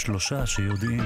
שלושה שיודעים.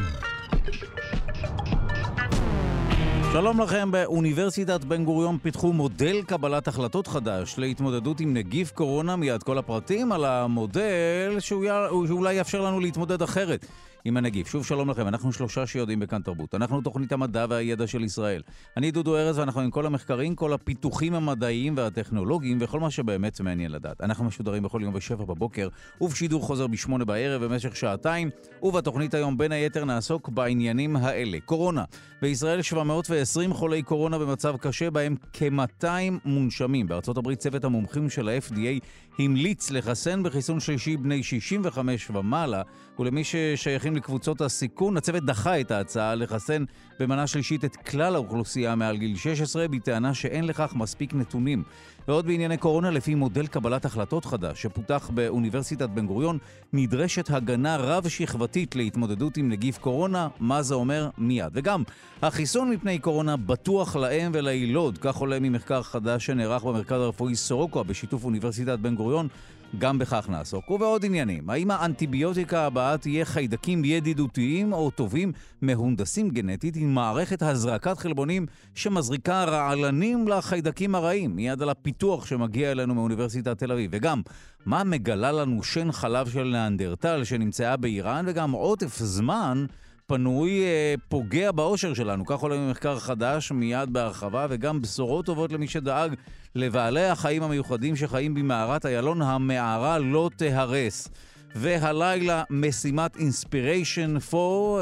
שלום לכם. באוניברסיטת בן גוריון פיתחו מודל קבלת החלטות חדש להתמודדות עם נגיף קורונה. מיד כל הפרטים על המודל שאולי יאפשר לנו להתמודד אחרת עם הנגיף. שוב שלום לכם, אנחנו שלושה שיודעים בכאן תרבות. אנחנו תוכנית המדע והידע של ישראל. אני דודו ארז ואנחנו עם כל המחקרים, כל הפיתוחים המדעיים והטכנולוגיים וכל מה שבאמת מעניין לדעת. אנחנו משודרים בכל יום ב7 בבוקר ובשידור חוזר ב8 בערב במשך שעתיים, ובתוכנית היום בין היתר נעסוק בעניינים האלה. קורונה. בישראל 720 חולי קורונה במצב קשה, בהם כ-200 מונשמים. בארצות הברית צוות המומחים של ה-FDA המליץ לחסן בחיסון שלישי בני 65 ומעלה, ולמי ששייכים לקבוצות הסיכון, הצוות דחה את ההצעה לחסן במנה שלישית את כלל האוכלוסייה מעל גיל 16, בטענה שאין לכך מספיק נתונים. ועוד בענייני קורונה, לפי מודל קבלת החלטות חדש שפותח באוניברסיטת בן גוריון, נדרשת הגנה רב-שכבתית להתמודדות עם נגיף קורונה. מה זה אומר? מיד. וגם, החיסון מפני קורונה בטוח לאם ולילוד, כך עולה ממחקר חדש שנערך במרכז הרפואי סורוקה בשיתוף אוניברסיטת בן גוריון. גם בכך נעסוק. ובעוד עניינים, האם האנטיביוטיקה הבאה תהיה חיידקים ידידותיים או טובים מהונדסים גנטית עם מערכת הזרקת חלבונים שמזריקה רעלנים לחיידקים הרעים? מיד על הפיתוח שמגיע אלינו מאוניברסיטת תל אביב. וגם, מה מגלה לנו שן חלב של נאנדרטל שנמצאה באיראן? וגם עוטף זמן פנוי פוגע באושר שלנו. כך עולה ממחקר חדש מיד בהרחבה, וגם בשורות טובות למי שדאג לבעלי החיים המיוחדים שחיים במערת איילון. המערה לא תהרס. והלילה משימת Inspiration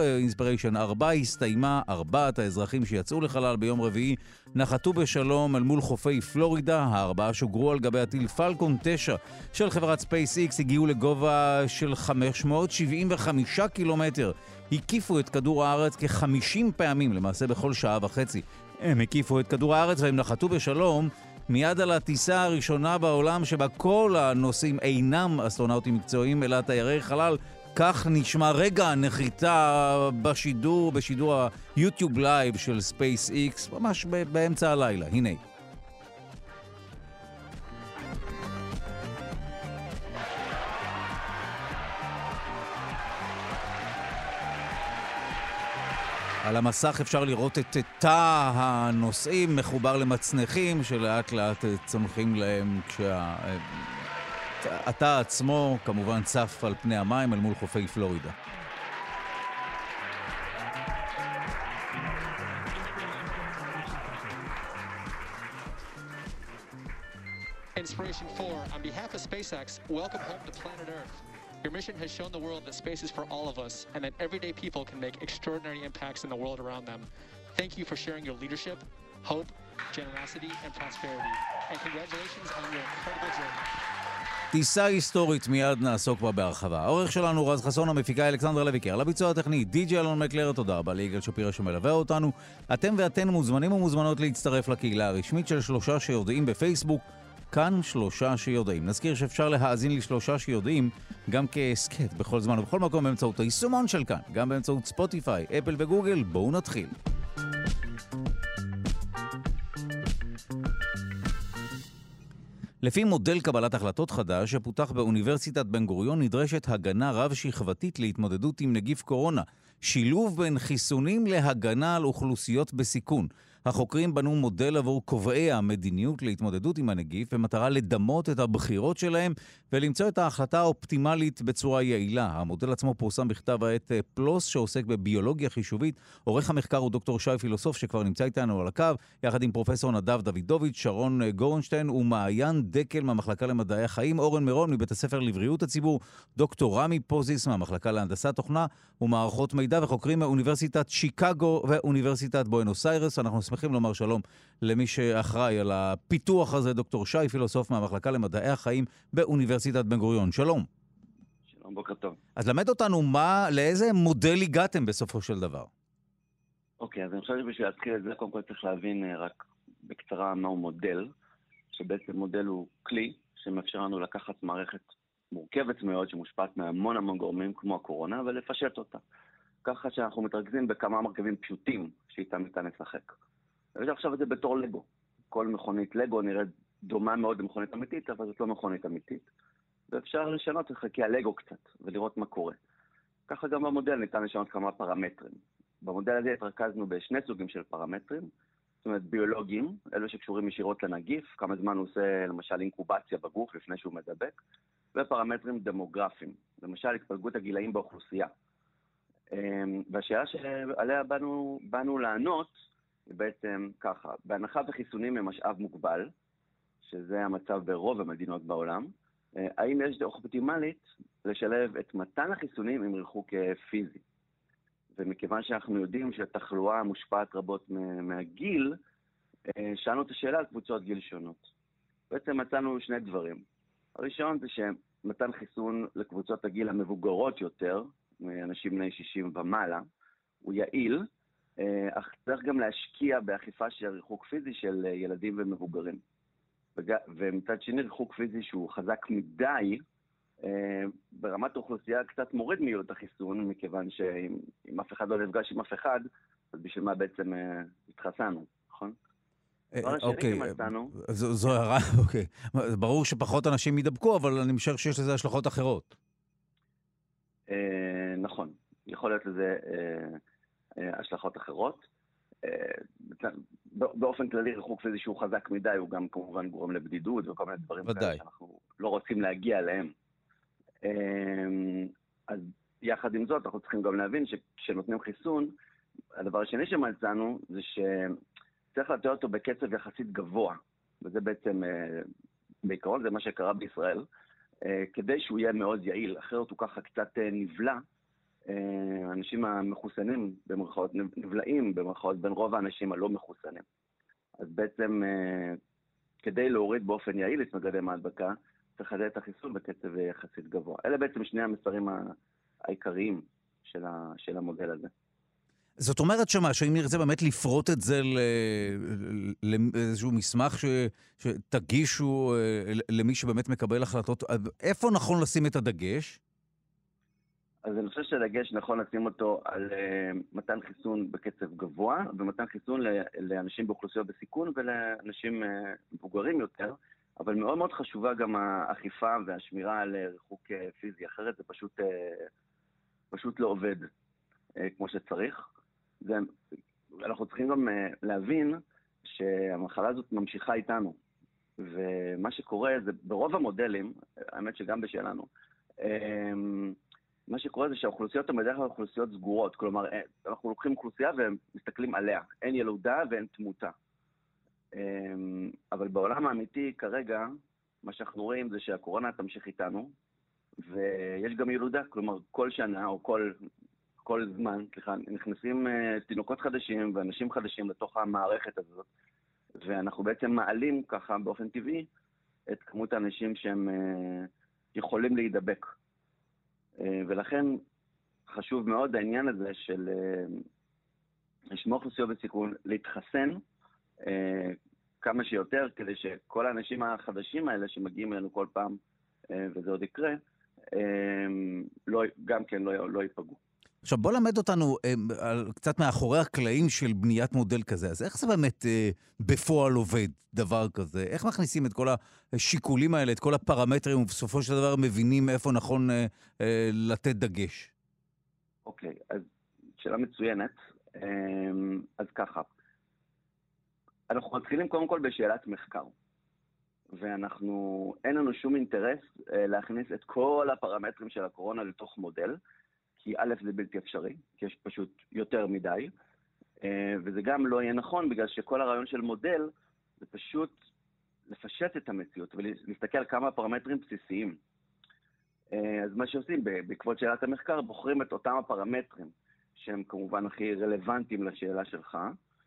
4 הסתיימה. 4 האזרחים שיצאו לחלל ביום רביעי נחתו בשלום אל מול חופי פלורידה. 4 שוגרו על גבי הטיל פלקון 9 של חברת SpaceX, הגיעו לגובה של 575 קילומטר. הקיפו את כדור הארץ כ-50 פעמים, למעשה בכל שעה וחצי. הם הקיפו את כדור הארץ והם נחתו בשלום מיד על הטיסה הראשונה בעולם שבה כל הנוסעים אינם אסטרונאוטים מקצועיים אלא תיירי חלל. כך נשמע רגע הנחיתה בשידור היוטיוב לייב של SpaceX, ממש באמצע הלילה. הנה. על המסך אפשר לראות את תא הנוסעים מחובר למצנחים שלאט לאט צונחים להם כשהתא עצמו כמובן צף על פני המים אל מול חופי פלורידה. Inspiration 4, on behalf of SpaceX, welcome home to planet Earth. Your mission has shown the world that space is for all of us and that everyday people can make extraordinary impacts in the world around them. Thank you for sharing your leadership, hope, generosity, and prosperity. And congratulations on your incredible journey. טיסה היסטורית, מיד נעסוק בה בהרחבה. העורך שלנו רז חסון, המפיקה אלכסנדר לויקר, לביצוע הטכני די.ג'י אלון מקלר. תודה רבה ליגאל שפירא שמלווה אותנו. אתם ואתן מוזמנים ומוזמנות להצטרף לקהילה הרשמית של שלושה שיודעים בפייסבוק, כאן שלושה שיודעים. נזכיר שאפשר להאזין לשלושה שיודעים גם כסקט בכל זמן ובכל מקום באמצעות היישומון של כאן, גם באמצעות ספוטיפיי, אפל וגוגל. בואו נתחיל. לפי מודל קבלת החלטות חדש שפותח באוניברסיטת בן גוריון, נדרשת הגנה רב-שכבתית להתמודדות עם נגיף קורונה, שילוב בין חיסונים להגנה על אוכלוסיות בסיכון. החוקרים בנו מודל עבור קובעי המדיניות להתמודדות עם הנגיף במטרה לדמות את הבחירות שלהם ולמצוא את ההחלטה האופטימלית בצורה יעילה. המודל עצמו פורסם בכתב העת פלוס שעוסק בביולוגיה חישובית. עורך המחקר הוא דוקטור שי פילוסוף שכבר נמצא איתנו על הקו, יחד עם פרופסור נדב דוידוביץ', שרון גורנשטיין ומעיין דקל מהמחלקה למדעי החיים, אורן מירון מבית הספר לבריאות הציבור, דוקטור רמי פוזיס מהמחלקה להנדסת תוכנה ומערכות מידע, וחוקרים מאוניברסיטת שיקגו ואוניברסיטת בואנוס איירס. אנחנו שמחים לומר שלום למי שאחראי על הפיתוח הזה, דוקטור שי פילוסוף מהמחלקה למדעי החיים באוניברסיטת בן גוריון. שלום. שלום, בוקר טוב. אז למד אותנו לאיזה מודל הגעתם בסופו של דבר. אוקיי, אז אני חושב שבשביל להתחיל את זה, קודם כל צריך להבין רק בקצרה מהו מודל, שבעצם מודל הוא כלי שמאפשר לנו לקחת מערכת מורכבת מאוד, שמושפעת מהמון המון גורמים כמו הקורונה, ולפשט אותה. ככה שאנחנו מתרכזים בכמה מרכיבים פשוטים שאיתם ניתן לשחק. ואפשר לחשוב את זה בתור לגו. כל מכונית לגו נראית דומה מאוד למכונית אמיתית, אבל זאת לא מכונית אמיתית. ואפשר לשנות את חלקי הלגו קצת, ולראות מה קורה. ככה גם במודל ניתן לשנות כמה פרמטרים. במודל הזה התרכזנו בשני סוגים של פרמטרים, זאת אומרת ביולוגיים, אלו שקשורים ישירות לנגיף, כמה זמן הוא עושה למשל אינקובציה בגוף לפני שהוא מדבק, ופרמטרים דמוגרפיים, למשל התפלגות הגילאים באוכלוסייה. והשאלה שעליה באנו לענות היא בעצם ככה, בהנחה וחיסונים הם משאב מוגבל, שזה המצב ברוב המדינות בעולם, האם יש דרך אופטימלית לשלב את מתן החיסונים עם ריחוק פיזי? ומכיוון שאנחנו יודעים שהתחלואה מושפעת רבות מהגיל, שאלנו את השאלה על קבוצות גיל שונות. בעצם מצאנו שני דברים. הראשון זה שמתן חיסון לקבוצות הגיל המבוגרות יותר, אנשים בני 60 ומעלה, הוא יעיל, אך צריך גם להשקיע באכיפה של ריחוק פיזי של ילדים ומבוגרים. ומצד שני ריחוק פיזי שהוא חזק מדי, ברמת האוכלוסייה קצת מוריד מיעילות החיסון, מכיוון שאם אף אחד לא נפגש עם אף אחד, אז בשביל מה בעצם התחסנו, נכון? אוקיי, זו הערה, אוקיי. ברור שפחות אנשים ידבקו, אבל אני משער שיש לזה השלכות אחרות. נכון, יכול להיות לזה השלכות אחרות. באופן כללי ריחוק פיזי שהוא חזק מדי, הוא גם כמובן גורם לבדידות וכל מיני דברים כאלה שאנחנו לא רוצים להגיע אליהם. אז יחד עם זאת, אנחנו צריכים גם להבין שכשנותנים חיסון, הדבר השני שמצאנו זה שצריך לתת אותו בקצב יחסית גבוה, וזה בעצם, בעיקרון זה מה שקרה בישראל, כדי שהוא יהיה מאוד יעיל, אחרת הוא ככה קצת נבלע, האנשים המחוסנים במרכאות נבלעים במרכאות בין רוב האנשים הלא מחוסנים. אז בעצם כדי להוריד באופן יעיל את מקדם ההדבקה, צריך לתת את החיסון בקצב יחסית גבוה. אלה בעצם שני המסרים העיקריים של המודל הזה. זאת אומרת שאם נרצה באמת לפרוט את זה לאיזשהו מסמך שתגישו למי שבאמת מקבל החלטות, איפה נכון לשים את הדגש? אז אני חושב שהדגש נכון לשים אותו על מתן חיסון בקצב גבוה, ומתן חיסון לאנשים באוכלוסיות בסיכון ולאנשים מבוגרים יותר, אבל מאוד מאוד חשובה גם האכיפה והשמירה על ריחוק פיזי, אחרת זה פשוט לא עובד כמו שצריך. אנחנו צריכים גם להבין שהמחלה הזאת ממשיכה איתנו, ומה שקורה זה ברוב המודלים, האמת שגם בשלנו, מה שקורה זה שהאוכלוסיות הן בדרך כלל אוכלוסיות סגורות, כלומר אנחנו לוקחים אוכלוסייה ומסתכלים עליה, אין ילודה ואין תמותה. אבל בעולם האמיתי כרגע, מה שאנחנו רואים זה שהקורונה תמשיך איתנו, ויש גם ילודה, כלומר כל שנה או כל זמן, נכנסים תינוקות חדשים ואנשים חדשים לתוך המערכת הזאת, ואנחנו בעצם מעלים ככה באופן טבעי את כמות האנשים שהם יכולים להידבק. ולכן חשוב מאוד העניין הזה של לשמור אוכלוסיות בסיכון, להתחסן כמה שיותר, כדי שכל האנשים החדשים האלה שמגיעים אלינו כל פעם, וזה עוד יקרה, גם כן לא ייפגעו. עכשיו בוא למד אותנו קצת מאחורי הקלעים של בניית מודל כזה. אז איך זה באמת בפועל עובד דבר כזה? איך מכניסים את כל השיקולים האלה, את כל הפרמטרים, ובסופו של דבר מבינים איפה נכון לתת דגש? אוקיי, אז שאלה מצוינת. אז ככה, אנחנו מתחילים קודם כל בשאלת מחקר. אין לנו שום אינטרס להכניס את כל הפרמטרים של הקורונה לתוך מודל, כי א' זה בלתי אפשרי, כי יש פשוט יותר מדי, וזה גם לא יהיה נכון, בגלל שכל הרעיון של מודל זה פשוט לפשט את המציאות, ולהסתכל על כמה פרמטרים בסיסיים. אז מה שעושים, בעקבות שאלת המחקר, בוחרים את אותם הפרמטרים, שהם כמובן הכי רלוונטיים לשאלה שלך,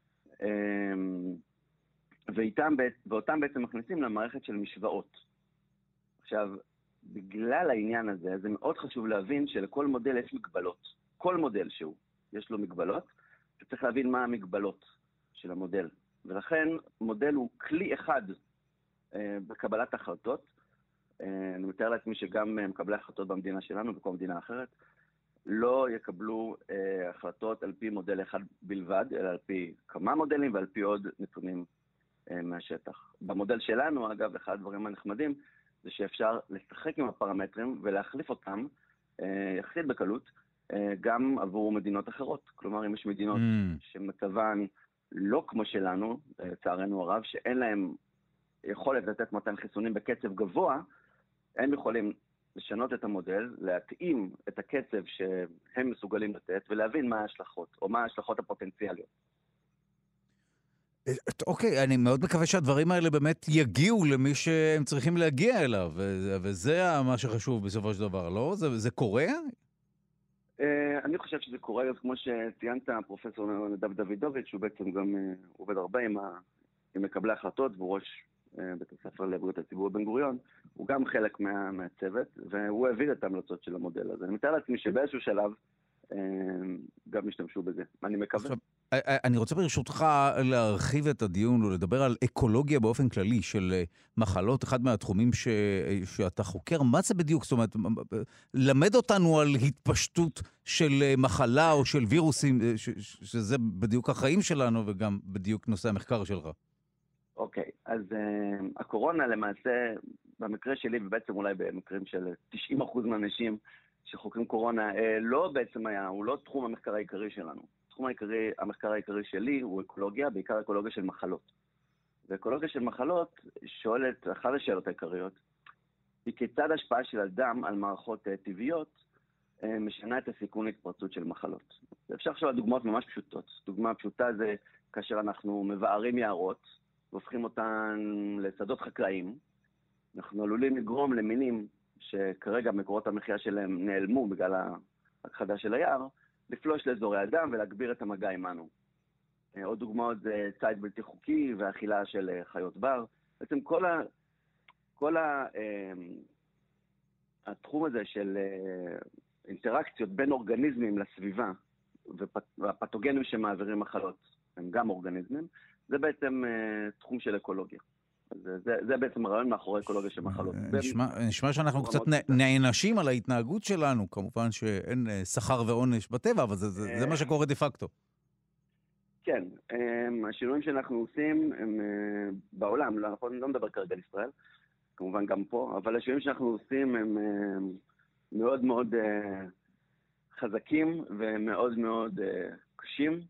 ואותם בעצם מכניסים למערכת של משוואות. עכשיו, בגלל העניין הזה, זה מאוד חשוב להבין שלכל מודל יש מגבלות. כל מודל שהוא, יש לו מגבלות, וצריך להבין מה המגבלות של המודל. ולכן מודל הוא כלי אחד בקבלת החלטות. אני מתאר לעצמי שגם מקבלי החלטות במדינה שלנו ובכל מדינה אחרת, לא יקבלו החלטות על פי מודל אחד בלבד, אלא על פי כמה מודלים ועל פי עוד נתונים מהשטח. במודל שלנו, אגב, אחד הדברים הנחמדים, זה שאפשר לשחק עם הפרמטרים ולהחליף אותם יחסית בקלות גם עבור מדינות אחרות. כלומר, אם יש מדינות שמצבן לא כמו שלנו, לצערנו הרב, שאין להם יכולת לתת מתן חיסונים בקצב גבוה, הם יכולים לשנות את המודל, להתאים את הקצב שהם מסוגלים לתת, ולהבין מה ההשלכות, או מה ההשלכות הפוטנציאליות. אוקיי, אני מאוד מקווה שהדברים האלה באמת יגיעו למי שהם צריכים להגיע אליו, וזה מה שחשוב בסופו של דבר, לא? זה קורה? אני חושב שזה קורה, כמו שציינת, פרופסור נדב דוידוביץ', שהוא בעצם גם עובד הרבה עם מקבלי החלטות, והוא ראש בית הספר לבריאות הציבור בבן גוריון, הוא גם חלק מהצוות, והוא הביא את ההמלצות של המודל הזה. אני מתאר לעצמי שבאיזשהו שלב גם השתמשו בזה. אני מקווה. אני רוצה ברשותך להרחיב את הדיון ולדבר על אקולוגיה באופן כללי של מחלות, אחד מהתחומים שאתה חוקר. מה זה בדיוק? זאת אומרת, למד אותנו על התפשטות של מחלה או של וירוסים, שזה בדיוק החיים שלנו וגם בדיוק נושא המחקר שלך. אוקיי, אז הקורונה למעשה, במקרה שלי ובעצם אולי במקרים של 90% מהאנשים שחוקרים קורונה, הוא לא תחום המחקר העיקרי שלנו. תחום המחקר העיקרי שלי הוא אקולוגיה, בעיקר אקולוגיה של מחלות. ואקולוגיה של מחלות שואלת, אחת השאלות העיקריות, היא כיצד השפעה של אדם על מערכות טבעיות משנה את הסיכון להתפרצות של מחלות. אפשר עכשיו דוגמאות ממש פשוטות. דוגמה פשוטה זה כאשר אנחנו מבערים יערות, והופכים אותן לשדות חקלאיים, אנחנו עלולים לגרום למינים שכרגע מקורות המחיה שלהם נעלמו בגלל ההכחדה של היער, לפלוש לאזורי אדם ולהגביר את המגע עמנו. עוד דוגמאות זה ציד בלתי חוקי והאכילה של חיות בר. בעצם כל התחום הזה של אינטראקציות בין אורגניזמים לסביבה, והפתוגנים שמעבירים מחלות הם גם אורגניזמים, זה בעצם תחום של אקולוגיה. זה בעצם הרעיון מאחורי אקולוגיה של מחלות. נשמע שאנחנו קצת נענשים על ההתנהגות שלנו, כמובן שאין שכר ועונש בטבע, אבל זה מה שקורה דה פקטו. כן, השינויים שאנחנו עושים הם בעולם, אנחנו לא מדבר כרגע על ישראל, כמובן גם פה, אבל השינויים שאנחנו עושים הם מאוד מאוד חזקים ומאוד מאוד קשים,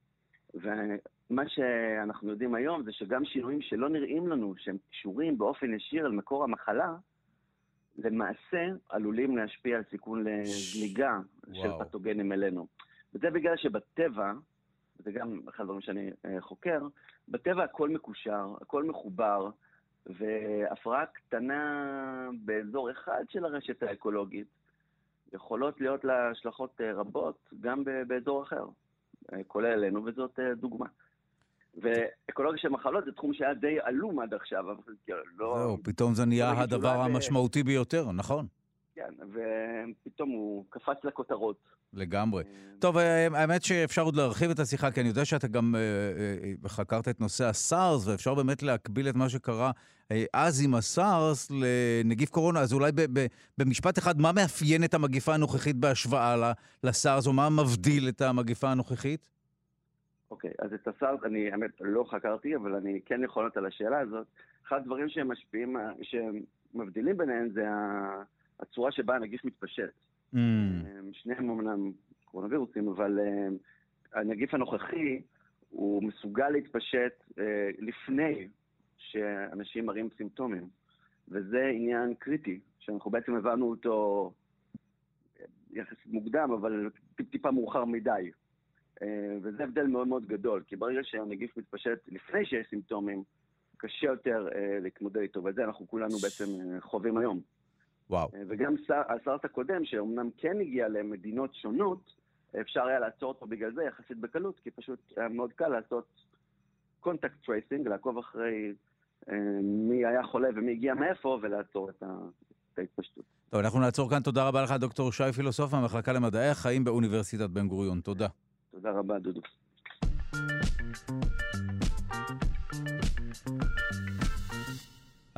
מה שאנחנו יודעים היום זה שגם שינויים שלא נראים לנו, שהם קשורים באופן ישיר על מקור המחלה, למעשה עלולים להשפיע על סיכון לזליגה של פתוגנים אלינו. וזה בגלל שבטבע, וזה גם אחד הדברים שאני חוקר, בטבע הכל מקושר, הכל מחובר, והפרעה קטנה באזור אחד של הרשת האקולוגית, יכולות להיות לה השלכות רבות גם באזור אחר, כולל אלינו, וזאת דוגמה. ואקולוגיה של מחלות זה תחום שהיה די עלום עד עכשיו, אבל לא... זהו, פתאום זה נהיה הדבר המשמעותי ביותר, נכון? כן, ופתאום הוא קפץ לכותרות. לגמרי. טוב, האמת שאפשר עוד להרחיב את השיחה, כי אני יודע שאתה גם חקרת את נושא הסארס, ואפשר באמת להקביל את מה שקרה אז עם הסארס לנגיף קורונה. אז אולי במשפט אחד, מה מאפיין את המגיפה הנוכחית בהשוואה לסארס, או מה מבדיל את המגיפה הנוכחית? אוקיי, אז את הסארס אני האמת לא חקרתי, אבל אני כן יכול לענות על השאלה הזאת. אחד הדברים שמשפיעים, שמבדילים ביניהם, זה הצורה שבה הנגיף מתפשט. שניהם אמנם קורונווירוסים, אבל הנגיף הנוכחי הוא מסוגל להתפשט לפני שאנשים מראים סימפטומים. וזה עניין קריטי, שאנחנו בעצם הבנו אותו יחסית מוקדם, אבל טיפה מאוחר מדי. וזה הבדל מאוד מאוד גדול, כי ברגע שהנגיף מתפשט לפני שיש סימפטומים, קשה יותר להתמודד איתו, וזה אנחנו כולנו בעצם חווים היום. וואו. וגם הסארס הקודם, שאומנם כן הגיע למדינות שונות, אפשר היה לעצור אותו בגלל זה יחסית בקלות, כי פשוט היה מאוד קל לעשות קונטקט טרייסינג, לעקוב אחרי מי היה חולה ומי הגיע מאיפה, ולעצור את ההתפשטות. טוב, אנחנו נעצור כאן. תודה רבה לך, דוקטור שי פילוסוף, מהמחלקה למדעי החיים באוניברסיטת בן גוריון. תודה. תודה רבה, דודו.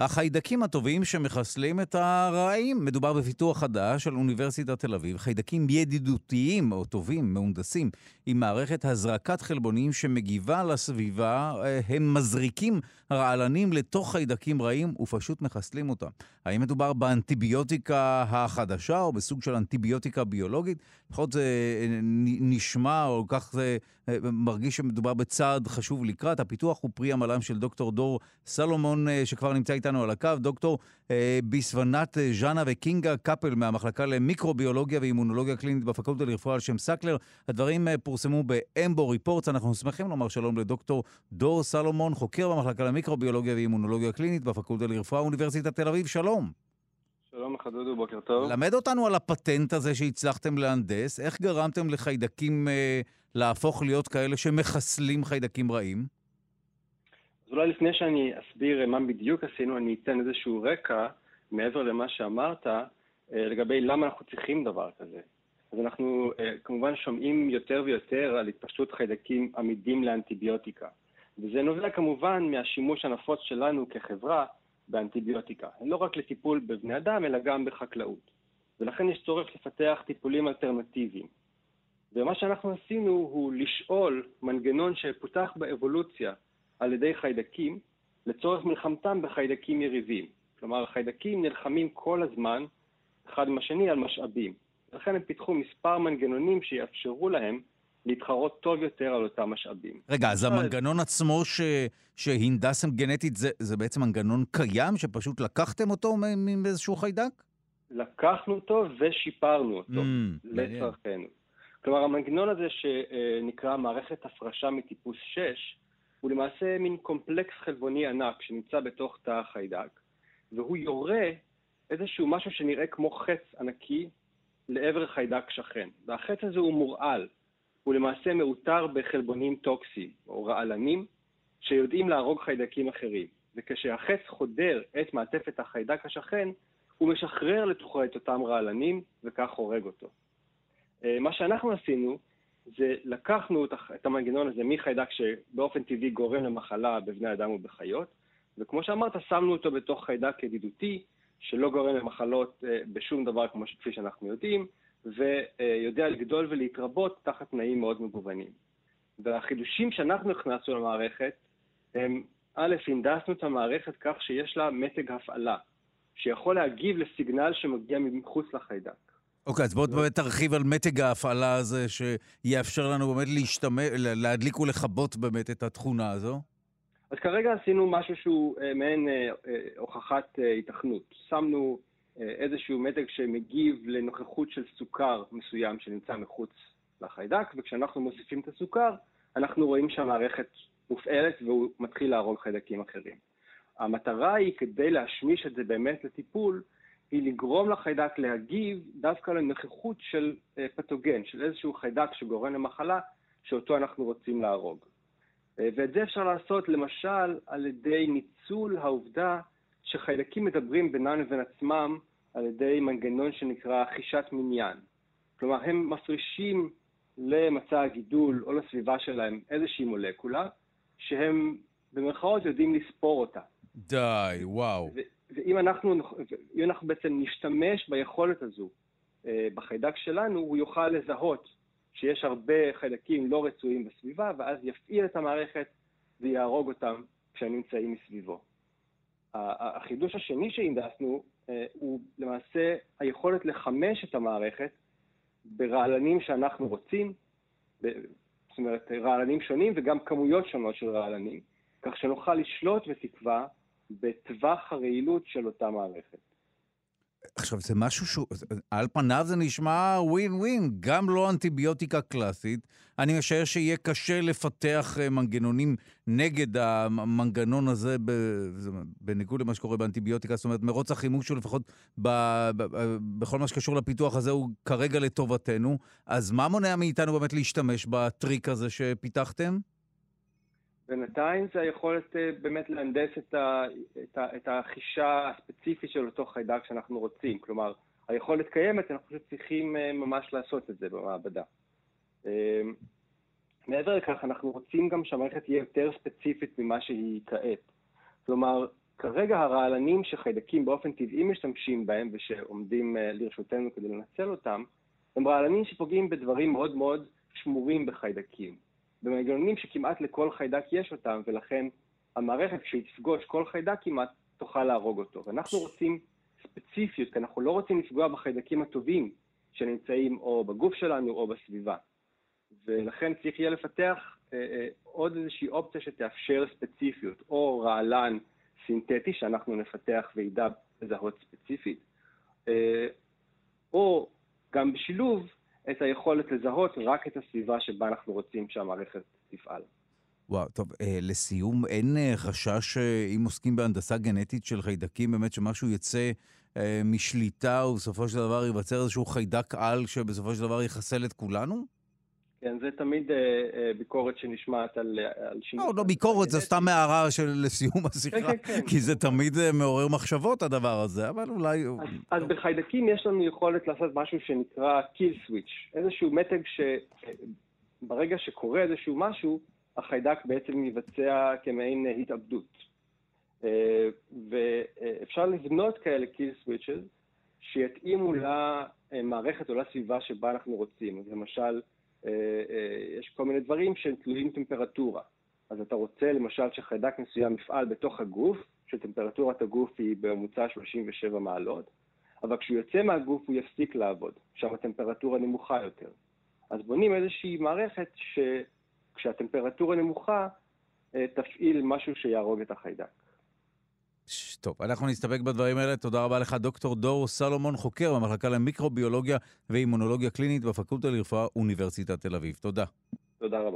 החיידקים הטובים שמחסלים את הרעים. מדובר בפיתוח חדש של אוניברסיטת תל אביב. חיידקים ידידותיים או טובים, מהונדסים, עם מערכת הזרקת חלבונים שמגיבה לסביבה. הם מזריקים רעלנים לתוך חיידקים רעים ופשוט מחסלים אותם. האם מדובר באנטיביוטיקה החדשה או בסוג של אנטיביוטיקה ביולוגית? לפחות זה נשמע, או כך זה מרגיש שמדובר בצעד חשוב לקראת. הפיתוח הוא פרי עמלם של דוקטור דור סלומון, שכבר נמצא איתנו על הקו. דוקטור ביסוונט ז'אנה וקינגה קאפל מהמחלקה למיקרוביולוגיה ואימונולוגיה קלינית בפקולטה לרפואה על שם סקלר. הדברים פורסמו באמבו ריפורטס. אנחנו שמחים לומר שלום לדוקטור דור סלומון, חוקר במחלקה למיקרוביולוגיה ואימונולוגיה קלינית בפקולטה לרפואה אוניברסיטת תל אביב. שלום. שלום לך דודו, בוקר טוב. למד אותנו על הפטנט הזה שהצלחתם להנדס. איך גרמתם לחיידקים להפוך להיות כאלה שמחסלים חיידקים רעים? אז אולי לפני שאני אסביר מה בדיוק עשינו, אני אתן איזשהו רקע מעבר למה שאמרת, לגבי למה אנחנו צריכים דבר כזה. אז אנחנו כמובן שומעים יותר ויותר על התפשטות חיידקים עמידים לאנטיביוטיקה. וזה נובע כמובן מהשימוש הנפוץ שלנו כחברה באנטיביוטיקה. לא רק לטיפול בבני אדם, אלא גם בחקלאות. ולכן יש צורך לפתח טיפולים אלטרנטיביים. ומה שאנחנו עשינו הוא לשאול מנגנון שפותח באבולוציה על ידי חיידקים, לצורך מלחמתם בחיידקים יריבים. כלומר, החיידקים נלחמים כל הזמן אחד עם השני על משאבים. ולכן הם פיתחו מספר מנגנונים שיאפשרו להם להתחרות טוב יותר על אותם משאבים. רגע, אז המנגנון עצמו שהינדסם גנטית זה בעצם מנגנון קיים שפשוט לקחתם אותו מאיזשהו חיידק? לקחנו אותו ושיפרנו אותו לצרכנו. כלומר, המנגנון הזה שנקרא מערכת הפרשה מטיפוס 6, הוא למעשה מין קומפלקס חלבוני ענק שנמצא בתוך תא החיידק, והוא יורה איזשהו משהו שנראה כמו חץ ענקי לעבר חיידק שכן. והחץ הזה הוא מורעל. הוא למעשה מאותר בחלבונים טוקסיים או רעלנים שיודעים להרוג חיידקים אחרים. וכשהחץ חודר את מעטפת החיידק השכן, הוא משחרר לתוכו את אותם רעלנים וכך הורג אותו. מה שאנחנו עשינו זה לקחנו את המנגנון הזה מחיידק שבאופן טבעי גורם למחלה בבני אדם ובחיות, וכמו שאמרת, שמנו אותו בתוך חיידק ידידותי שלא גורם למחלות בשום דבר כפי שאנחנו יודעים, ויודע לגדול ולהתרבות תחת תנאים מאוד מגוונים. והחידושים שאנחנו הכנסנו למערכת הם, א', הנדסנו את המערכת כך שיש לה מתג הפעלה, שיכול להגיב לסיגנל שמגיע מחוץ לחיידק. אוקיי, אז בואו באמת תרחיב על מתג ההפעלה הזה, שיאפשר לנו באמת להדליק ולכבות באמת את התכונה הזו. אז כרגע עשינו משהו שהוא מעין הוכחת התכנות. שמנו איזשהו מתג שמגיב לנוכחות של סוכר מסוים שנמצא מחוץ לחיידק, וכשאנחנו מוסיפים את הסוכר, אנחנו רואים שהמערכת מופעלת והוא מתחיל להרוג חיידקים אחרים. המטרה היא, כדי להשמיש את זה באמת לטיפול, היא לגרום לחיידק להגיב דווקא לנוכחות של פתוגן, של איזשהו חיידק שגורם למחלה, שאותו אנחנו רוצים להרוג. ואת זה אפשר לעשות למשל על ידי ניצול העובדה שחיידקים מדברים בינם לבין עצמם על ידי מנגנון שנקרא חישת מניין. כלומר, הם מפרישים למצע הגידול או לסביבה שלהם איזושהי מולקולה, שהם במרכאות יודעים לספור אותה. די, וואו. ואם אנחנו בעצם נשתמש ביכולת הזו בחיידק שלנו, הוא יוכל לזהות שיש הרבה חיידקים לא רצויים בסביבה, ואז יפעיל את המערכת ויהרוג אותם כשהם נמצאים מסביבו. החידוש השני שהנדסנו הוא למעשה היכולת לחמש את המערכת ברעלנים שאנחנו רוצים, זאת אומרת רעלנים שונים וגם כמויות שונות של רעלנים, כך שנוכל לשלוט ותקווה בטווח הרעילות של אותה מערכת. עכשיו, זה משהו על פניו זה נשמע ווין ווין, גם לא אנטיביוטיקה קלאסית. אני משער שיהיה קשה לפתח מנגנונים נגד המנגנון הזה, בניגוד למה שקורה באנטיביוטיקה. זאת אומרת, מרוץ החימוש הוא לפחות בכל מה שקשור לפיתוח הזה הוא כרגע לטובתנו. אז מה מונע מאיתנו באמת להשתמש בטריק הזה שפיתחתם? בינתיים זה היכולת באמת להנדס את החישה הספציפית של אותו חיידק שאנחנו רוצים. כלומר, היכולת קיימת, אנחנו פשוט צריכים ממש לעשות את זה במעבדה. מעבר לכך, אנחנו רוצים גם שהמערכת תהיה יותר ספציפית ממה שהיא כעת. כלומר, כרגע הרעלנים שחיידקים באופן טבעי משתמשים בהם ושעומדים לרשותנו כדי לנצל אותם, הם רעלנים שפוגעים בדברים מאוד מאוד שמורים בחיידקים. במנגנונים שכמעט לכל חיידק יש אותם, ולכן המערכת כשהיא תפגוש כל חיידק כמעט תוכל להרוג אותו. ואנחנו רוצים ספציפיות, כי אנחנו לא רוצים לפגוע בחיידקים הטובים שנמצאים או בגוף שלנו או בסביבה. ולכן צריך יהיה לפתח עוד איזושהי אופציה שתאפשר ספציפיות, או רעלן סינתטי שאנחנו נפתח וידע לזהות ספציפית, או גם בשילוב את היכולת לזהות רק את הסביבה שבה אנחנו רוצים שהמערכת תפעל. וואו, טוב, לסיום, אין חשש אם עוסקים בהנדסה גנטית של חיידקים, באמת שמשהו יצא משליטה ובסופו של דבר ייווצר איזשהו חיידק על שבסופו של דבר יחסל את כולנו? כן, זה תמיד ביקורת שנשמעת על שינוי. לא, ביקורת, זה סתם הערה לסיום השיחה, כי זה תמיד מעורר מחשבות הדבר הזה, אבל אולי... אז בחיידקים יש לנו יכולת לעשות משהו שנקרא kill switch, איזשהו מתג שברגע שקורה איזשהו משהו, החיידק בעצם יבצע כמעין התאבדות. ואפשר לבנות כאלה kill switches שיתאימו למערכת או לסביבה שבה אנחנו רוצים. אז למשל, יש כל מיני דברים שתלויים טמפרטורה. אז אתה רוצה למשל שחיידק מסוים יפעל בתוך הגוף, שטמפרטורת הגוף היא בממוצע 37 מעלות, אבל כשהוא יוצא מהגוף הוא יפסיק לעבוד, שם הטמפרטורה נמוכה יותר. אז בונים איזושהי מערכת שכשהטמפרטורה נמוכה תפעיל משהו שיהרוג את החיידק. טוב, אנחנו נסתפק בדברים האלה. תודה רבה לך, דוקטור דור סלומון, חוקר במחלקה למיקרוביולוגיה ואימונולוגיה קלינית בפקולטה לרפואה אוניברסיטת תל אביב. תודה. תודה רבה.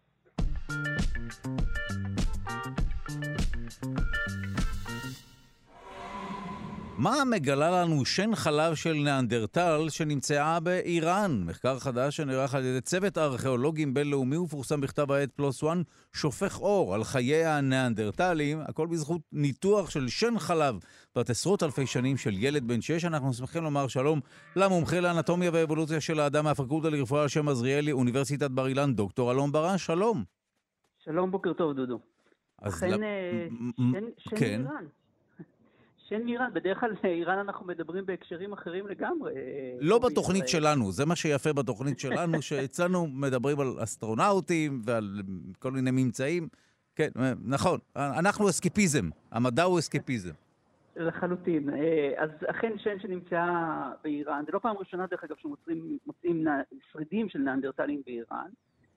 מה מגלה לנו שן חלב של ניאנדרטל שנמצאה באיראן? מחקר חדש שנערך על ידי צוות ארכיאולוגים בינלאומי ופורסם בכתב העת פלוס 1 שופך אור על חיי הניאנדרטלים, הכל בזכות ניתוח של שן חלב בת עשרות אלפי שנים של ילד בן 6. אנחנו שמחים לומר שלום למומחה לאנטומיה ואבולוציה של האדם מהפקולטה לרפואה על שם עזריאלי, אוניברסיטת בר אילן, דוקטור אלון ברש. שלום. שלום, בוקר טוב דודו. אכן שן איראן. שן איראן, בדרך כלל איראן אנחנו מדברים בהקשרים אחרים לגמרי. לא בתוכנית שלנו, זה מה שיפה בתוכנית שלנו, שאצלנו מדברים על אסטרונאוטים ועל כל מיני ממצאים. כן, נכון, אנחנו אסקפיזם, המדע הוא אסקפיזם. לחלוטין. אז אכן שן שנמצאה באיראן, זה לא פעם ראשונה דרך אגב שמוצאים שרידים של ניאנדרטלים באיראן.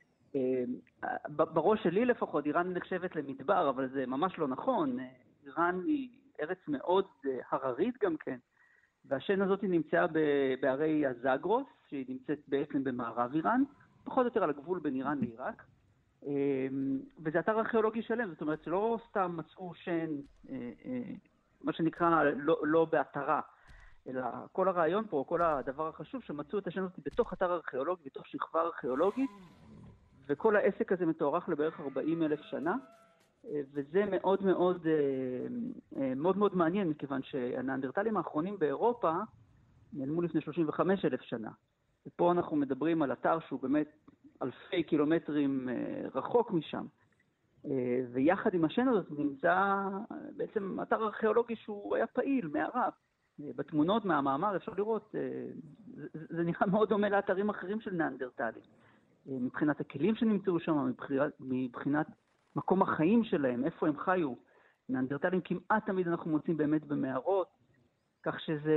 בראש שלי לפחות, איראן נחשבת למדבר, אבל זה ממש לא נכון. איראן היא ארץ מאוד הררית גם כן, והשן הזאת נמצאה בערי הזאגרוס, שהיא נמצאת בעצם במערב איראן, פחות או יותר על הגבול בין איראן לעיראק, וזה אתר ארכיאולוגי שלם, זאת אומרת שלא סתם מצאו שן, מה שנקרא לא באתרה, אלא כל הרעיון פה, כל הדבר החשוב, שמצאו את השן הזאת בתוך אתר ארכיאולוגי, בתוך שכבה ארכיאולוגית, וכל העסק הזה מתוארך לבערך 40,000 שנה, וזה מאוד מאוד מאוד מאוד מעניין, מכיוון שהניאנדרטלים האחרונים באירופה נעלמו לפני 35,000 שנה. ופה אנחנו מדברים על אתר שהוא באמת אלפי קילומטרים רחוק משם. ויחד עם השן הזאת נמצא בעצם אתר ארכיאולוגי שהוא היה פעיל, מערב. בתמונות מהמאמר אפשר לראות, זה נראה מאוד דומה לאתרים אחרים של ניאנדרטלים. מבחינת הכלים שנמצאו שם, מבחינת מקום החיים שלהם, איפה הם חיו. ניאנדרטלים כמעט תמיד אנחנו מוצאים באמת במערות, כך שזה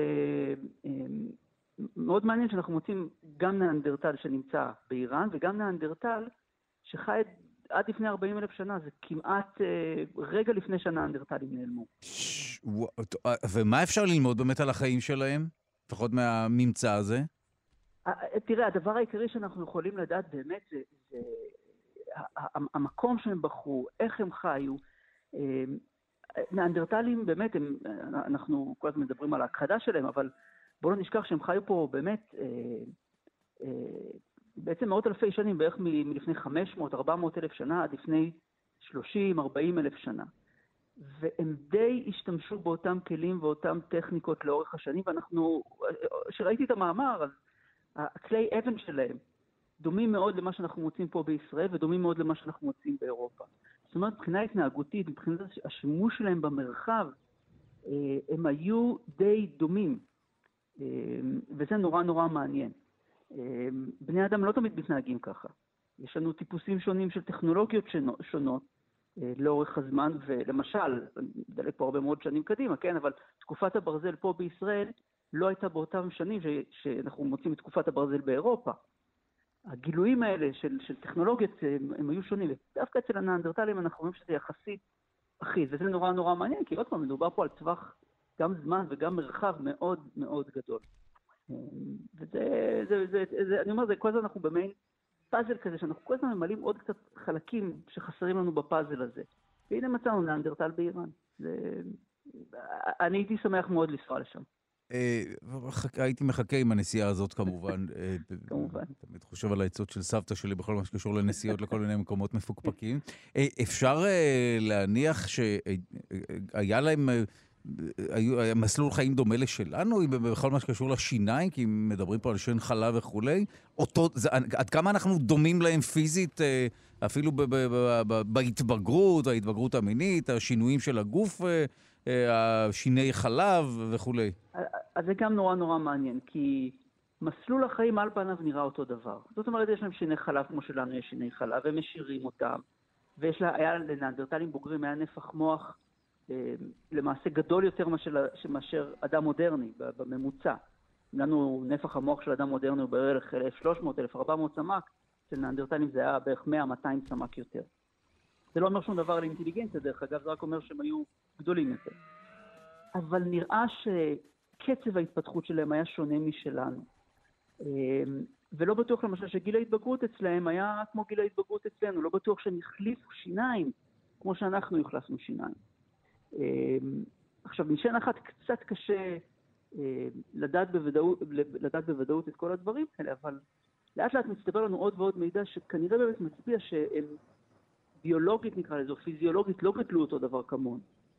מאוד מעניין שאנחנו מוצאים גם ניאנדרטל שנמצא באיראן, וגם ניאנדרטל שחי עד לפני 40,000 שנה, זה כמעט רגע לפני שהניאנדרטלים נעלמו. ומה אפשר ללמוד באמת על החיים שלהם? לפחות מהממצא הזה? תראה, הדבר העיקרי שאנחנו יכולים לדעת באמת זה המקום שהם בחרו, איך הם חיו. ניאנדרטלים באמת, אנחנו כל הזמן מדברים על ההכחדה שלהם, אבל בואו לא נשכח שהם חיו פה באמת בעצם מאות אלפי שנים, בערך מלפני 500-400 אלף שנה, עד לפני 30-40 אלף שנה. והם די השתמשו באותם כלים ואותם טכניקות לאורך השנים, ואנחנו, שראיתי את המאמר, אז הכלי אבן שלהם דומים מאוד למה שאנחנו מוצאים פה בישראל, ודומים מאוד למה שאנחנו מוצאים באירופה. זאת זאת אומרת, מבחינה התנהגותית, מבחינת השימוש שלהם במרחב, הם היו די דומים, וזה נורא נורא מעניין. בני אדם לא תמיד מתנהגים ככה. יש לנו טיפוסים שונים של טכנולוגיות שונות לאורך הזמן, ולמשל, דלק פה הרבה מאוד שנים קדימה, כן, אבל תקופת הברזל פה בישראל לא הייתה באותם שנים שאנחנו מוצאים את תקופת הברזל באירופה. הגילויים האלה של טכנולוגיות הם היו שונים, ודווקא אצל הנאנדרטלים אנחנו רואים שזה יחסית אחיד, וזה נורא נורא מעניין, כי עוד פעם מדובר פה על טווח גם זמן וגם מרחב מאוד מאוד גדול. וזה, אני אומר, זה כל הזמן אנחנו במין פאזל כזה, שאנחנו כל הזמן ממלאים עוד קצת חלקים שחסרים לנו בפאזל הזה. והנה מצאנו נאנדרטל באיראן. אני הייתי שמח מאוד לנסוע לשם. הייתי מחכה עם הנסיעה הזאת כמובן. כמובן. תמיד חושב על העצות של סבתא שלי בכל מה שקשור לנסיעות לכל מיני מקומות מפוקפקים. אפשר להניח שהיה להם מסלול חיים דומה לשלנו, בכל מה שקשור לשיניים, כי מדברים פה על שן חלב וכולי. עד כמה אנחנו דומים להם פיזית, אפילו בהתבגרות, ההתבגרות המינית, השינויים של הגוף, השיני חלב וכולי. אז זה גם נורא נורא מעניין, כי מסלול החיים על פניו נראה אותו דבר. זאת אומרת, יש להם שיני חלב כמו שלנו יש שיני חלב, והם משאירים אותם, היה לנאנדרטלים בוגרים, היה נפח מוח למעשה גדול יותר מאשר אדם מודרני בממוצע. לנו נפח המוח של אדם מודרני הוא בערך 1,300-1,400 סמ"ק, של נאנדרטלים זה היה בערך 100-200 סמ"ק יותר. זה לא אומר שום דבר על אינטליגנציה, דרך אגב, זה רק אומר שהם היו גדולים יותר. אבל נראה שקצב ההתפתחות שלהם היה שונה משלנו. ולא בטוח למשל שגיל ההתבגרות אצלהם היה כמו גיל ההתבגרות אצלנו, לא בטוח שהם החליפו שיניים כמו שאנחנו החלפנו שיניים. עכשיו, משן אחת קצת קשה לדעת בוודאות את כל הדברים האלה, אבל לאט לאט מצטבר לנו עוד ועוד מידע שכנראה באמת מצביע שהם ביולוגית נקרא לזה, או פיזיולוגית לא גדלו אותו דבר כמון.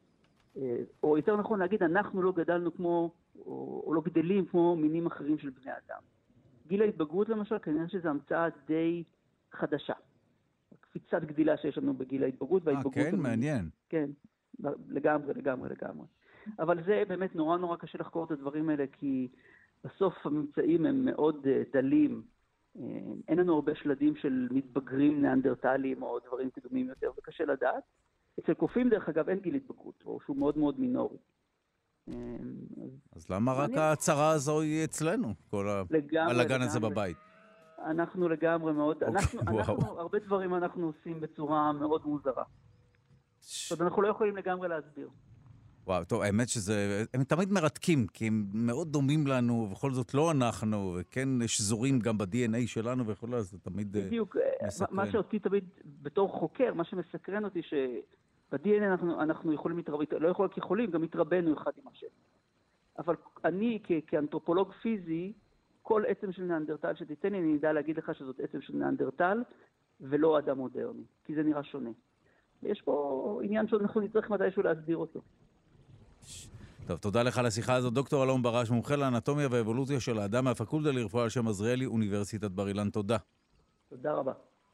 או יותר נכון להגיד, אנחנו לא גדלנו כמו, או לא גדלים כמו מינים אחרים של בני אדם. גיל ההתבגרות למשל, כנראה שזו המצאה די חדשה. קפיצת גדילה שיש לנו בגיל ההתבגרות, כן, מעניין. כן, לגמרי. אבל זה באמת נורא נורא קשה לחקור את הדברים האלה, כי בסוף הממצאים הם מאוד דלים. אין לנו הרבה שלדים של מתבגרים נאנדרטליים או דברים קדומים יותר, וקשה לדעת. אצל קופים, דרך אגב, אין גיל התבגרות, או שהוא מאוד מאוד מינורי. אז למה רק ההצהרה הזו היא אצלנו? כל הבלגן הזה בבית. אנחנו לגמרי מאוד, הרבה דברים אנחנו עושים בצורה מאוד מוזרה. זאת אומרת, אנחנו לא יכולים לגמרי להסביר. וואו, טוב, האמת הם תמיד מרתקים, כי הם מאוד דומים לנו, ובכל זאת לא אנחנו, וכן שזורים גם ב-DNA שלנו וכו', אז זה תמיד בדיוק, מסקרן. מה שאותי תמיד בתור חוקר, מה שמסקרן אותי שב-DNA אנחנו יכולים להתרבא, לא יכולים, גם התרבנו אחד עם השני. אבל אני כאנתרופולוג פיזי, כל עצם של נאנדרטל שתיתן לי, אני אדע להגיד לך שזאת עצם של נאנדרטל, ולא אדם מודרני, כי זה נראה שונה. יש פה עניין שאנחנו נצטרך מתישהו להסביר אותו. טוב, תודה לך על השיחה הזאת. דוקטור אלון ברש, מומחה לאנטומיה ואבולוציה של האדם מהפקולטה לרפואה על שם עזריאלי, אוניברסיטת בר אילן. תודה. תודה רבה.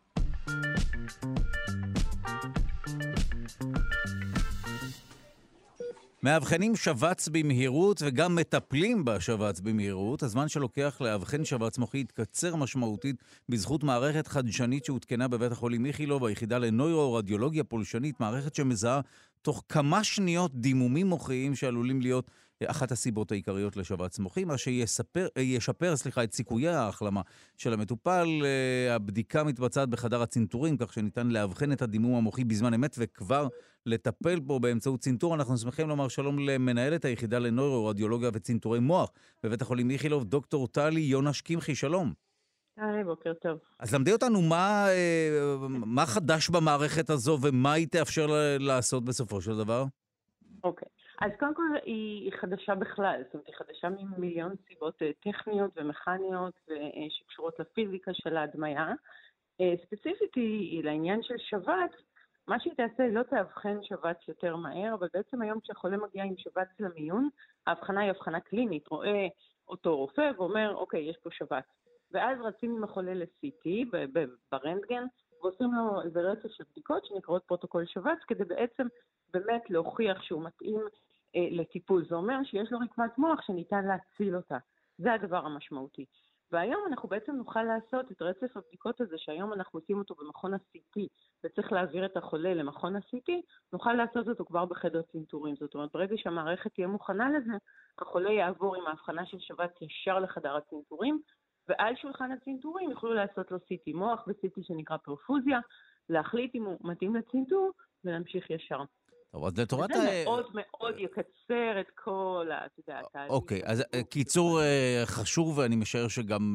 מאבחנים שבץ במהירות וגם מטפלים בשבץ במהירות. הזמן שלוקח לאבחן שבץ מוחי התקצר משמעותית בזכות מערכת חדשנית שהותקנה בבית החולים איכילוב, היחידה לנוירו-רדיולוגיה פולשנית, מערכת שמזהה תוך כמה שניות דימומים מוחיים שעלולים להיות אחת הסיבות העיקריות לשבץ מוחי, מה שישפר את סיכויי ההחלמה של המטופל. הבדיקה מתבצעת בחדר הצנתורים, כך שניתן לאבחן את הדימום המוחי בזמן אמת וכבר לטפל בו באמצעות צנתור. אנחנו שמחים לומר שלום למנהלת היחידה לנוירו-רדיולוגיה וצנתורי מוח בבית החולים איכילוב, דוקטור טלי יונש קמחי, שלום. היי, בוקר טוב. אז למדי אותנו מה חדש במערכת הזו ומה היא תאפשר לעשות בסופו של דבר? אוקיי. אז קודם כל היא חדשה בכלל, זאת אומרת היא חדשה ממיליון סיבות טכניות ומכניות שקשורות לפיזיקה של ההדמיה. ספציפית היא לעניין של שבץ, מה שהיא תעשה היא לא תאבחן שבץ יותר מהר, אבל בעצם היום כשהחולה מגיע עם שבץ למיון, ההבחנה היא הבחנה קלינית, רואה אותו רופא ואומר אוקיי יש פה שבץ. ואז רצים עם החולה ל-CT ברנטגן, ועושים לו איזה רצף של בדיקות שנקראות פרוטוקול שבץ, כדי בעצם באמת להוכיח שהוא מתאים לטיפול. זה אומר שיש לו רקמת מוח שניתן להציל אותה. זה הדבר המשמעותי. והיום אנחנו בעצם נוכל לעשות את רצף הבדיקות הזה, שהיום אנחנו עושים אותו במכון ה-CT, וצריך להעביר את החולה למכון ה-CT, נוכל לעשות אותו כבר בחדר צנתורים. זאת אומרת, ברגע שהמערכת תהיה מוכנה לזה, החולה יעבור עם ההבחנה של שבץ ישר לחדר הצנתורים, ועל שולחן הצנתורים יוכלו לעשות לו CT מוח ו-CT שנקרא פרפוזיה, להחליט אם הוא מתאים לצנתור ולהמשיך ישר. זה מאוד מאוד יקצר את כל התהליך. אוקיי, אז קיצור חשוב, ואני משער שגם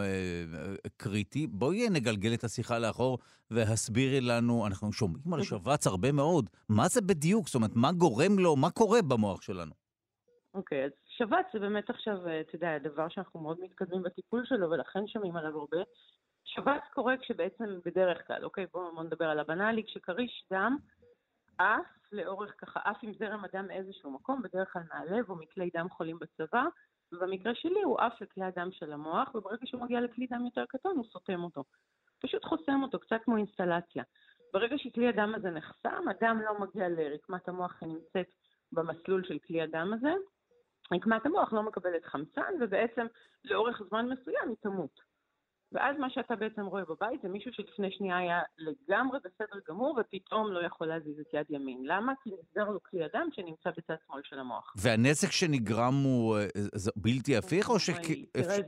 קריטי. בואי נגלגל את השיחה לאחור והסבירי לנו, אנחנו שומעים על שבץ הרבה מאוד. מה זה בדיוק? זאת אומרת, מה גורם לו, מה קורה במוח שלנו? אוקיי, אז שבץ זה באמת עכשיו, אתה יודע, הדבר שאנחנו מאוד מתקדמים בטיפול שלו, ולכן שומעים עליו הרבה. שבץ קורה כשבעצם בדרך כלל, אוקיי, בואו נדבר על הבנאלי, כשקריש דם, אף לאורך ככה, אף עם זרם הדם מאיזשהו מקום, בדרך כלל מהלב או מכלי דם חולים בצבא, ובמקרה שלי הוא אף לכלי הדם של המוח, וברגע שהוא מגיע לכלי דם יותר קטן, הוא סותם אותו. פשוט חוסם אותו, קצת כמו אינסטלציה. ברגע שכלי הדם הזה נחסם, הדם לא מגיע לרקמת המוח שנמצאת במסלול של כלי הדם הזה, רקמת המוח לא מקבלת חמצן, ובעצם לאורך זמן מסוים היא תמות. ואז מה שאתה בעצם רואה בבית זה מישהו שלפני שנייה היה לגמרי בסדר גמור, ופתאום לא יכול להזיז את יד ימין. למה? כי נסגר לו כלי הדם שנמצא בצד שמאל של המוח. והנזק שנגרם הוא בלתי הפיך או תראה,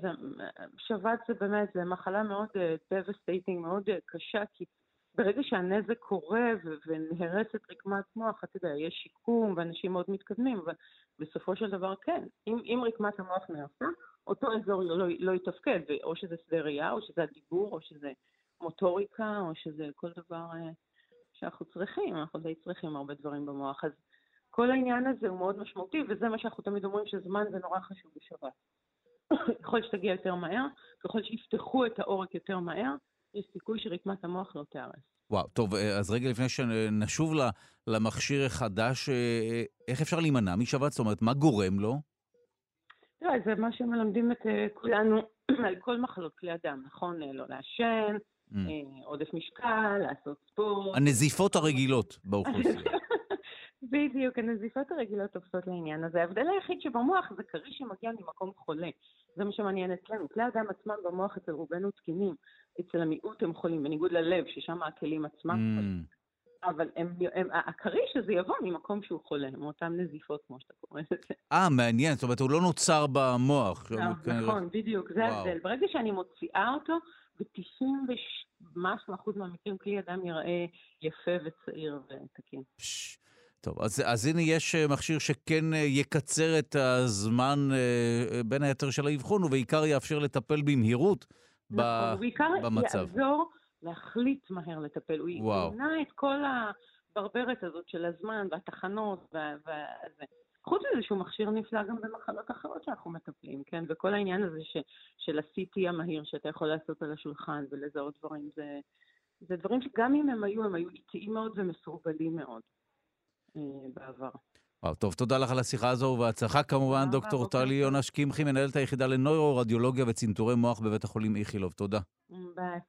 שבץ זה באמת, זה מחלה מאוד devastating, מאוד קשה, כי ברגע שהנזק קורה ונהרסת רקמת מוח, אתה יודע, יש שיקום ואנשים מאוד מתקדמים, אבל בסופו של דבר כן, אם רקמת המוח נהרסה, אותו אזור לא יתפקד, או שזה שדה ראייה, או שזה הדיבור, או שזה מוטוריקה, או שזה כל דבר שאנחנו צריכים, אנחנו די צריכים הרבה דברים במוח. אז כל העניין הזה הוא מאוד משמעותי, וזה מה שאנחנו תמיד אומרים שזמן זה נורא חשוב בשבת. ככל שתגיע יותר מהר, ככל שיפתחו את העורק יותר מהר, יש סיכוי שרקמת המוח לא תיהרס. וואו, טוב, אז רגע לפני שנשוב למכשיר החדש, איך אפשר להימנע משבת? זאת אומרת, מה גורם לו? תראה, זה מה שמלמדים את כולנו על כל מחלות כלי הדם, נכון? לא לעשן, עודף משקל, לעשות ספורט. הנזיפות הרגילות באוכלוסייה. בדיוק, הנזיפות הרגילות תופסות לעניין הזה. ההבדל היחיד שבמוח זה קריש שמגיע ממקום חולה. זה מה שמעניין אצלנו. כלי הדם עצמם במוח אצל רובנו תקינים. אצל המיעוט הם חולים, בניגוד ללב, ששם הכלים עצמם חולים. אבל הקריש הזה יבוא ממקום שהוא חולה, מאותם נזיפות, כמו שאתה קורא לזה. מעניין, זאת אומרת, הוא לא נוצר במוח. נכון, בדיוק, זה ההבדל. ברגע שאני מוציאה אותו, ב-90% מהמקרים כלי הדם יראה יפה וצעיר ותקין. טוב, אז הנה יש מכשיר שכן יקצר את הזמן בין היתר של האבחון, ובעיקר יאפשר לטפל במהירות במצב. ובעיקר יעזור להחליט מהר לטפל. הוא ימנע את כל הברברת הזאת של הזמן והתחנות וזה. חוץ מזה שהוא מכשיר נפלא גם במחלות אחרות שאנחנו מטפלים, כן? וכל העניין הזה של ה-CT המהיר שאתה יכול לעשות על השולחן ולזהות דברים, זה דברים שגם אם הם היו איטיים מאוד ומסורבלים מאוד בעבר. טוב, תודה לך על השיחה הזו, והצלחה כמובן, דוקטור טלי יונש קמחי, מנהלת היחידה לנוירו-רדיולוגיה וצנתורי מוח בבית החולים איכילוב. תודה. ביי.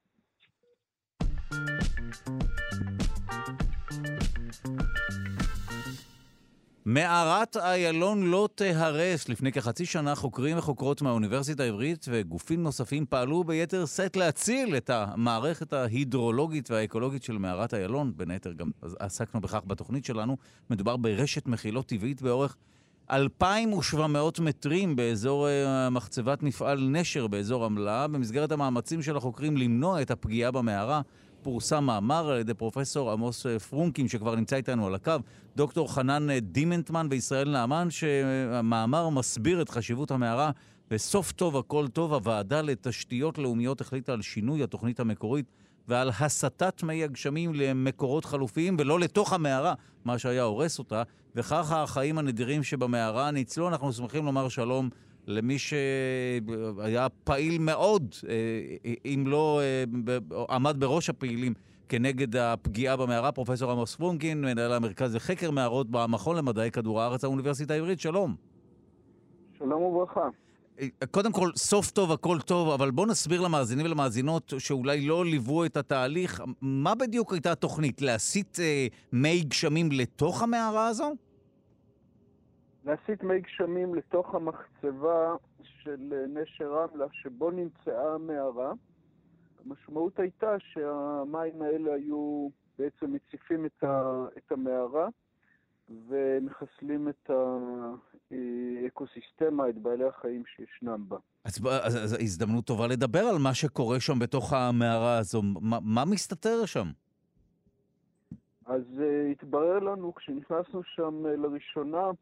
מערת איילון לא תהרס. לפני כחצי שנה חוקרים וחוקרות מהאוניברסיטה העברית וגופים נוספים פעלו ביתר שאת להציל את המערכת ההידרולוגית והאקולוגית של מערת איילון. בין היתר גם עסקנו בכך בתוכנית שלנו. מדובר ברשת מחילות טבעית באורך 2,700 מטרים באזור מחצבת מפעל נשר באזור עמלה. במסגרת המאמצים של החוקרים למנוע את הפגיעה במערה, פורסם מאמר על ידי פרופסור עמוס פרונקים, שכבר נמצא איתנו על הקו, דוקטור חנן דימנטמן וישראל נעמן, שהמאמר מסביר את חשיבות המערה, וסוף טוב הכל טוב. הוועדה לתשתיות לאומיות החליטה על שינוי התוכנית המקורית ועל הסטת מי הגשמים למקורות חלופיים ולא לתוך המערה, מה שהיה הורס אותה, וכך החיים הנדירים שבמערה ניצלו. אנחנו שמחים לומר שלום למי שהיה פעיל מאוד, אם לא עמד בראש הפעילים כנגד הפגיעה במערה, פרופסור עמוס פרונקין, מנהל המרכז לחקר מערות במכון למדעי כדור הארץ, האוניברסיטה העברית. שלום. שלום וברכה. קודם כל, סוף טוב, הכל טוב, אבל בוא נסביר למאזינים ולמאזינות שאולי לא ליוו את התהליך. מה בדיוק הייתה התוכנית? להסיט מי גשמים לתוך המערה הזו? להסיט מי גשמים לתוך המחצבה של נשר רמלה, שבו נמצאה המערה. המשמעות הייתה שהמים האלה היו בעצם מציפים את המערה, ומחסלים את האקוסיסטמה, את בעלי החיים שישנם בה. אז הזדמנות טובה לדבר על מה שקורה שם בתוך המערה הזו. מה מסתתר שם? אז התברר לנו, כשנכנסנו שם לראשונה,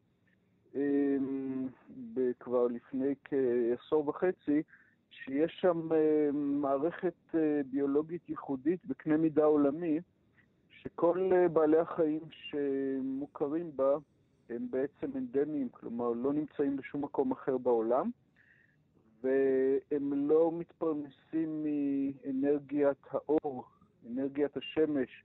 כבר לפני כעשור וחצי, שיש שם מערכת ביולוגית ייחודית בקנה מידה עולמי, שכל בעלי החיים שמוכרים בה הם בעצם אנדמיים, כלומר לא נמצאים בשום מקום אחר בעולם, והם לא מתפרנסים מאנרגיית האור, אנרגיית השמש,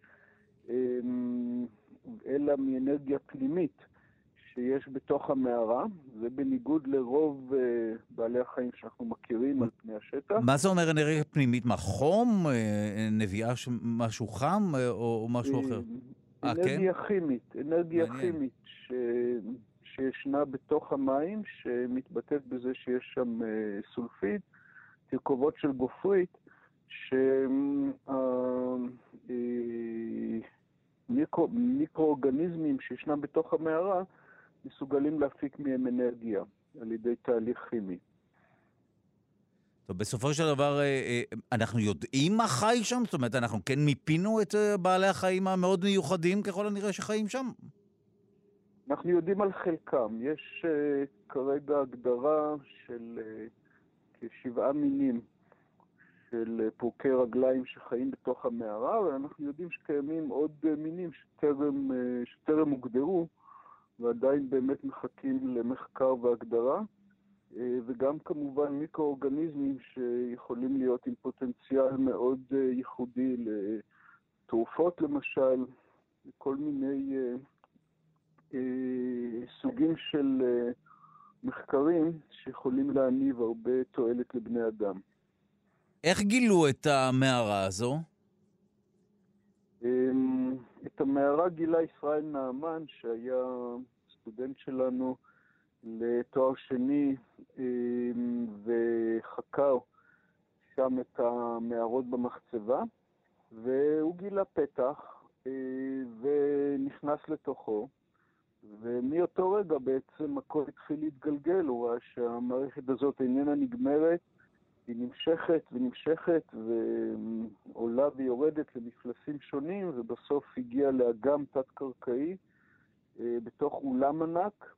אלא מאנרגיה פנימית שיש בתוך המערה. זה בניגוד לרוב בעלי החיים שאנחנו מכירים על פני השטח. מה זה אומר אנרגיה פנימית? מה, חום? נביאה משהו חם או משהו אחר? אנרגיה כימית, אנרגיה כימית שישנה בתוך המים, שמתבטאת בזה שיש שם סולפיד, תרכובות של גופרית, מיקרואורגניזמים שישנם בתוך המערה מסוגלים להפיק מהם אנרגיה על ידי תהליך כימי. טוב, בסופו של דבר, אנחנו יודעים מה חי שם? זאת אומרת, אנחנו כן מיפינו את בעלי החיים המאוד מיוחדים ככל הנראה שחיים שם? אנחנו יודעים על חלקם. יש כרגע הגדרה של כ7 מינים של פורקי רגליים שחיים בתוך המערה, ואנחנו יודעים שקיימים עוד מינים שטרם הוגדרו, ועדיין באמת מחכים למחקר והגדרה, וגם כמובן מיקרואורגניזמים שיכולים להיות עם פוטנציאל מאוד ייחודי לתרופות למשל, וכל מיני סוגים של מחקרים שיכולים להניב הרבה תועלת לבני אדם. איך גילו את המערה הזו? את המערה גילה ישראל נעמן, שהיה סטודנט שלנו לתואר שני, וחקר שם את המערות במחצבה, והוא גילה פתח ונכנס לתוכו, ומאותו רגע בעצם הכל התחיל להתגלגל. הוא ראה שהמערכת הזאת איננה נגמרת, היא נמשכת ונמשכת ועולה ויורדת למפלסים שונים, ובסוף הגיעה לאגם תת-קרקעי בתוך אולם ענק,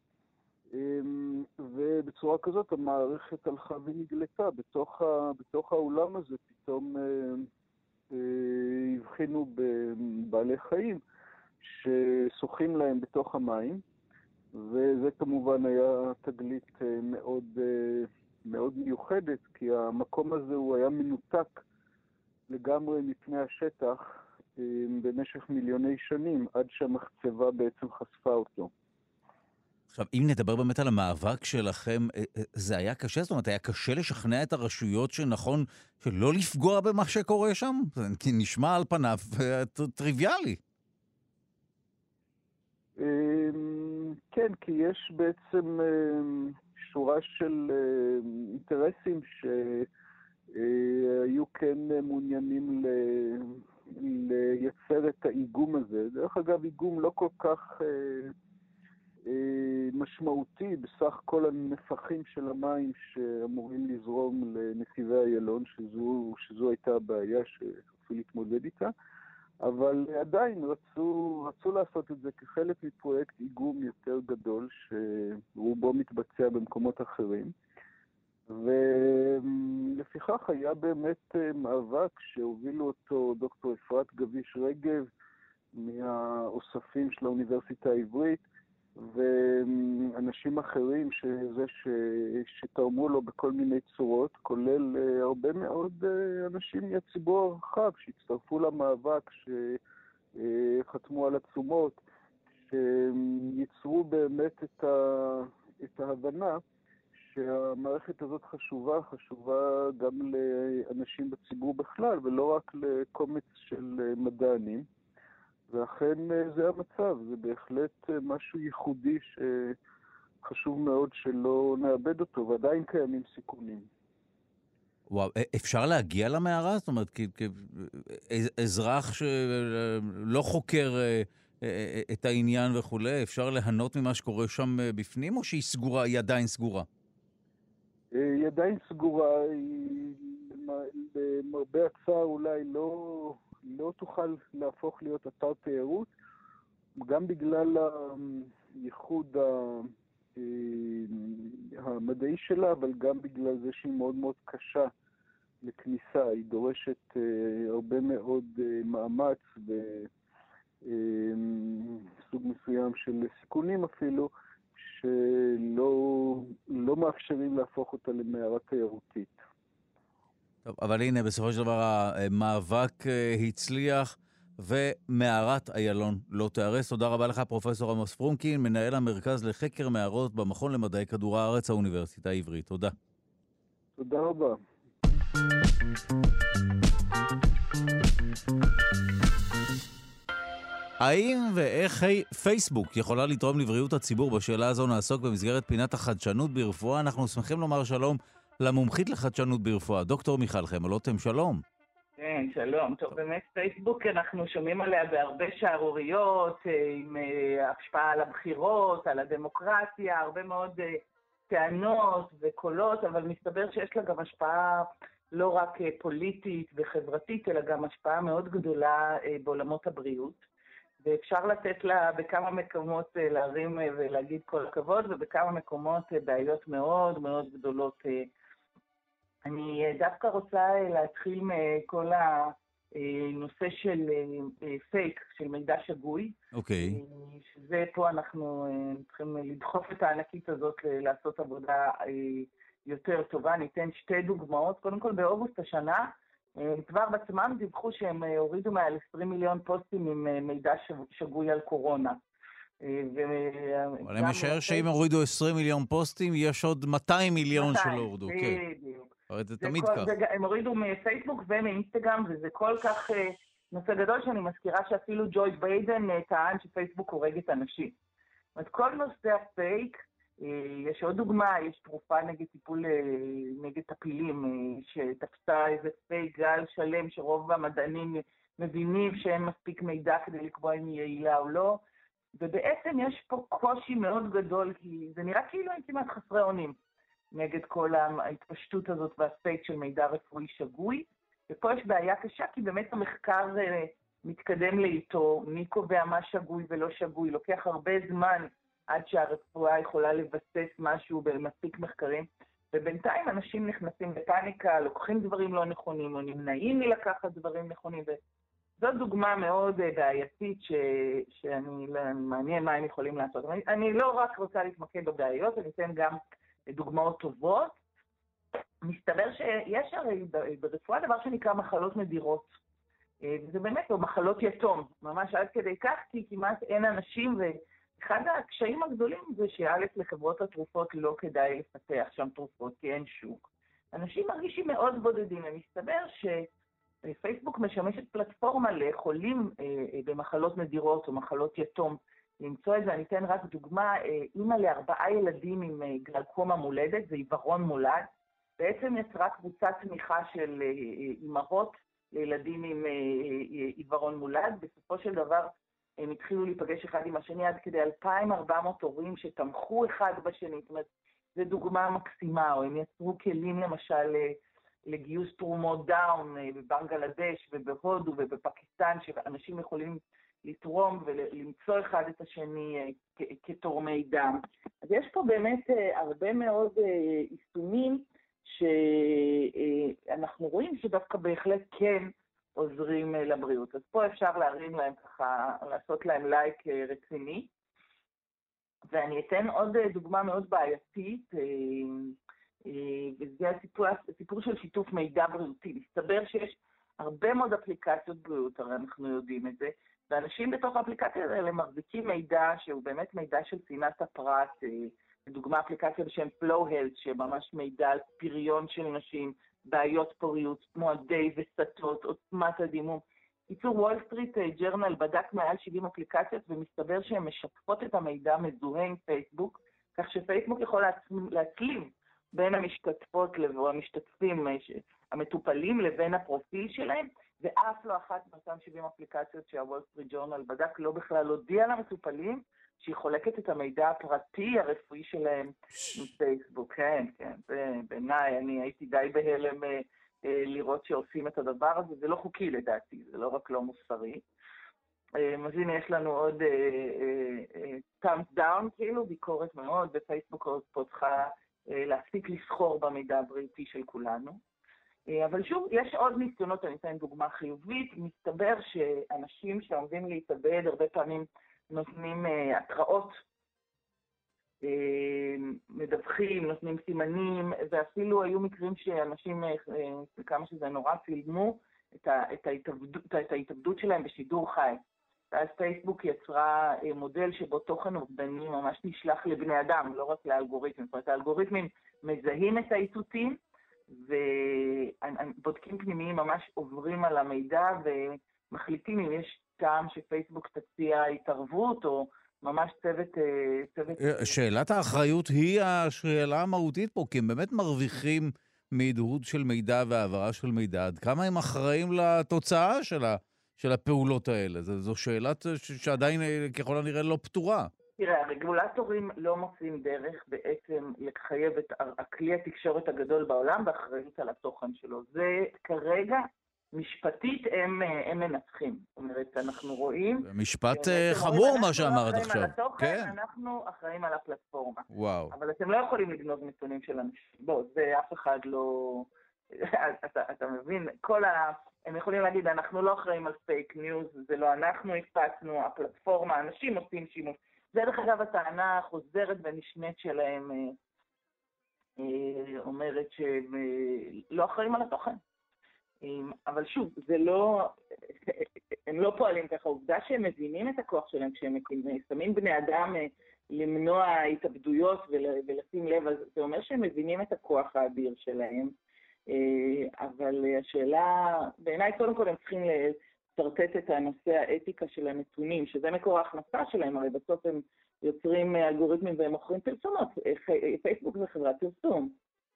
ובצורה כזאת המערכת הלכה ונגלתה. בתוך האולם הזה פתאום הבחינו בבעלי חיים ששוחים להם בתוך המים, וזה כמובן היה תגלית מאוד מיוחדת, כי המקום הזה הוא היה מנותק לגמרי מפני השטח במשך מיליוני שנים, עד שהמחצבה בעצם חשפה אותו. עכשיו, אם נדבר באמת על המאבק שלכם, זה היה קשה? זאת אומרת, היה קשה לשכנע את הרשויות שנכון שלא לפגוע במה שקורה שם? כי נשמע על פניו טריוויאלי. כן, כי יש בעצם שורה של אינטרסים שהיו כן מעוניינים לייצר את האיגום הזה. דרך אגב, איגום לא כל כך משמעותי בסך כל הנפחים של המים שאמורים לזרום לנתיבי איילון, שזו הייתה הבעיה שרצו להתמודד איתה, אבל עדיין רצו לעשות את זה כחלק מפרויקט איגום יותר גדול שרובו מתבצע במקומות אחרים, ולפיכך היה באמת מאבק שהובילו אותו דוקטור אפרת גביש רגב מהאוספים של האוניברסיטה העברית, ואנשים אחרים שתרמו לו בכל מיני צורות, כולל הרבה מאוד אנשים מהציבור הרחב שהצטרפו למאבק, שחתמו על עצומות, שייצרו באמת את ההבנה שהמערכת הזאת חשובה גם לאנשים בציבור בכלל, ולא רק לקומץ של מדענים. ואכן זה המצב, זה בהחלט משהו ייחודי שחשוב מאוד שלא נאבד אותו, ועדיין קיימים סיכונים. וואו, אפשר להגיע למערה? זאת אומרת, כאזרח שלא חוקר את העניין וכולי, אפשר ליהנות ממה שקורה שם בפנים, או שהיא סגורה, היא עדיין סגורה? היא עדיין סגורה, היא למרבה הצער אולי לא תוכל להפוך להיות אתר תיירות, גם בגלל הייחוד המדעי שלה, אבל גם בגלל זה שהיא מאוד מאוד קשה לכניסה. היא דורשת הרבה מאוד מאמץ וסוג מסוים של סיכונים אפילו, שלא מאפשרים להפוך אותה למערה תיירותית. טוב, אבל הנה, בסופו של דבר המאבק הצליח, ומערת איילון לא תיהרס. תודה רבה לך, פרופסור עמוס פרומקין, מנהל המרכז לחקר מערות במכון למדעי כדור הארץ, האוניברסיטה העברית. תודה. תודה רבה. האם ואיך פייסבוק יכולה לתרום לבריאות הציבור? בשאלה הזו נעסוק במסגרת פינת החדשנות ברפואה. אנחנו שמחים לומר שלום למומחית לחדשנות ברפואה, דוקטור מיכל חמלותם, שלום. כן, שלום. טוב, באמת פייסבוק אנחנו שומעים עליה בהרבה שערוריות, עם השפעה על הבחירות, על הדמוקרטיה, הרבה מאוד טענות וקולות, אבל מסתבר שיש לה גם השפעה לא רק פוליטית וחברתית, אלא גם השפעה מאוד גדולה בעולמות הבריאות. ואפשר לתת לה בכמה מקומות להרים ולהגיד כל הכבוד, ובכמה מקומות בעיות מאוד מאוד גדולות. אני דווקא רוצה להתחיל מכל הנושא של פייק, של מידע שגוי. אוקיי. שזה פה אנחנו צריכים לדחוף את הענקית הזאת לעשות עבודה יותר טובה. ניתן שתי דוגמאות. קודם כל, באוגוסט השנה, כבר בעצמם דיווחו שהם הורידו מעל 20 מיליון פוסטים עם מידע שגוי על קורונה. אבל אני משער שאם הורידו 20 מיליון פוסטים, יש עוד 200 מיליון שלא הורדו. בדיוק. זה תמיד כך. הם הורידו מפייסבוק ומאינסטגרם, וזה כל כך נושא גדול שאני מזכירה שאפילו ג'וי ביידן טען שפייסבוק הורגת אנשים. זאת אומרת, כל נושא הפייק, יש עוד דוגמה, יש תרופה נגד טיפול נגד טפילים, שתפסה איזה פייק גל שלם שרוב המדענים מבינים שאין מספיק מידע כדי לקבוע אם היא יעילה או לא, ובעצם יש פה קושי מאוד גדול, כי זה נראה כאילו הם כמעט חסרי אונים נגד כל ההתפשטות הזאת והפייק של מידע רפואי שגוי, ופה יש בעיה קשה, כי באמת המחקר מתקדם לאיתו, מי קובע מה שגוי ולא שגוי, לוקח הרבה זמן עד שהרפואה יכולה לבסס משהו במספיק מחקרים, ובינתיים אנשים נכנסים בפאניקה, לוקחים דברים לא נכונים, או נמנעים מלקחת דברים נכונים, וזאת דוגמה מאוד בעייתית שאני מעניין מה הם יכולים לעשות. אני לא רק רוצה להתמקד בבעיות, אני אתן גם דוגמאות טובות. מסתבר שיש הרי ברפואה דבר שנקרא מחלות נדירות, וזה באמת לא מחלות יתום, ממש עד כדי כך, כי כמעט אין אנשים, אחד הקשיים הגדולים זה שא' לחברות התרופות לא כדאי לפתח שם תרופות, כי אין שוק. אנשים מרגישים מאוד בודדים, ומסתבר שפייסבוק משמשת פלטפורמה לחולים במחלות נדירות או מחלות יתום. למצוא את זה, אני אתן רק דוגמה, אימא ל4 ילדים עם גלקומה מולדת, זה עיוורון מולד, בעצם יצרה קבוצת תמיכה של אימהות לילדים עם עיוורון מולד, בסופו של דבר הם התחילו להיפגש אחד עם השני עד כדי 2,400 הורים שתמכו אחד בשני. זאת אומרת, זו דוגמה מקסימה, או הם יצרו כלים למשל לגיוס תרומות דאון בבנגלדש ובהודו ובפקיסטן, שאנשים יכולים לתרום ולמצוא אחד את השני כתורמי דם. אז יש פה באמת הרבה מאוד יישומים שאנחנו רואים שדווקא בהחלט כן עוזרים לבריאות. אז פה אפשר להרים להם ככה, לעשות להם לייק רציני. ואני אתן עוד דוגמה מאוד בעייתית, וזה הסיפור של שיתוף מידע בריאותי. מסתבר שיש הרבה מאוד אפליקציות בריאות, הרי אנחנו יודעים את זה, ואנשים בתוך האפליקציה האלה מחזיקים מידע שהוא באמת מידע של צנעת הפרט, לדוגמה אפליקציה בשם Flow Health, שממש מידע על פריון של נשים, בעיות פוריות, מועדי וסתות, עוצמת הדימום. קיצור, וול סטריט ג'רנל בדק מעל 70 אפליקציות, ומסתבר שהן משתפות את המידע מזוהה עם פייסבוק, כך שפייסבוק יכול להצליב בין המשתתפות או המשתתפים המטופלים לבין הפרופיל שלהם, ואף לא אחת מאותן 70 אפליקציות שהוול סטריט ג'ורנל בדק לא בכלל הודיע למטופלים שהיא חולקת את המידע הפרטי הרפואי שלהם מפייסבוק. כן, בעיניי, אני הייתי די בהלם לראות שעושים את הדבר הזה, זה לא חוקי לדעתי, זה לא רק לא מוסרי. אז הנה יש לנו עוד thumbs down, כאילו ביקורת מאוד, ופייסבוק פה צריכה להפסיק לסחור במידע הבריאותי של כולנו. אבל שוב, יש עוד ניסיונות, אני אתן דוגמה חיובית, מסתבר שאנשים שעומדים להתאבד הרבה פעמים נותנים התראות, מדווחים, נותנים סימנים, ואפילו היו מקרים שאנשים, כמה שזה נורא, צילמו את ההתאבדות שלהם בשידור חי. אז פייסבוק יצרה מודל שבו תוכן אובדני ממש נשלח לבני אדם, לא רק לאלגוריתמים. זאת אומרת, האלגוריתמים מזהים את האיתותים, ובודקים פנימיים ממש עוברים על המידע ומחליטים אם יש טעם שפייסבוק תציע התערבות או ממש צוות... שאלת האחריות היא השאלה המהותית פה, כי הם באמת מרוויחים מהדהוד של מידע והעברה של מידע. עד כמה הם אחראים לתוצאה של הפעולות האלה? זו שאלה שעדיין ככל הנראה לא פתורה. תראה, הרגולטורים לא מוצאים דרך בעצם לחייב את הכלי התקשורת הגדול בעולם באחריות על התוכן שלו. זה כרגע, משפטית, הם מנצחים. זאת אומרת, אנחנו רואים... משפט חמור מה שאמרת עכשיו. כן. אנחנו אחראים על הפלטפורמה. וואו. אבל אתם לא יכולים לגנוב נתונים של אנשים. בוא, זה אף אחד לא... אתה מבין? הם יכולים להגיד, אנחנו לא אחראים על פייק ניוז, זה לא אנחנו הפצנו, הפלטפורמה, אנשים עושים שימוש. זה דרך אגב הטענה החוזרת ונשנית שלהם אומרת שהם לא אחראים על התוכן. אבל שוב, הם לא פועלים ככה. העובדה שהם מבינים את הכוח שלהם כשהם שמים בני אדם למנוע התאבדויות ולשים לב, אז זה אומר שהם מבינים את הכוח האדיר שלהם. אבל השאלה, בעיניי קודם כל הם צריכים לסרטט את הנושא האתיקה של הנתונים, שזה מקור ההכנסה שלהם, הרי בסוף הם יוצרים אלגוריתמים והם מוכרים פרסומות. פייסבוק זה חברת פרסום.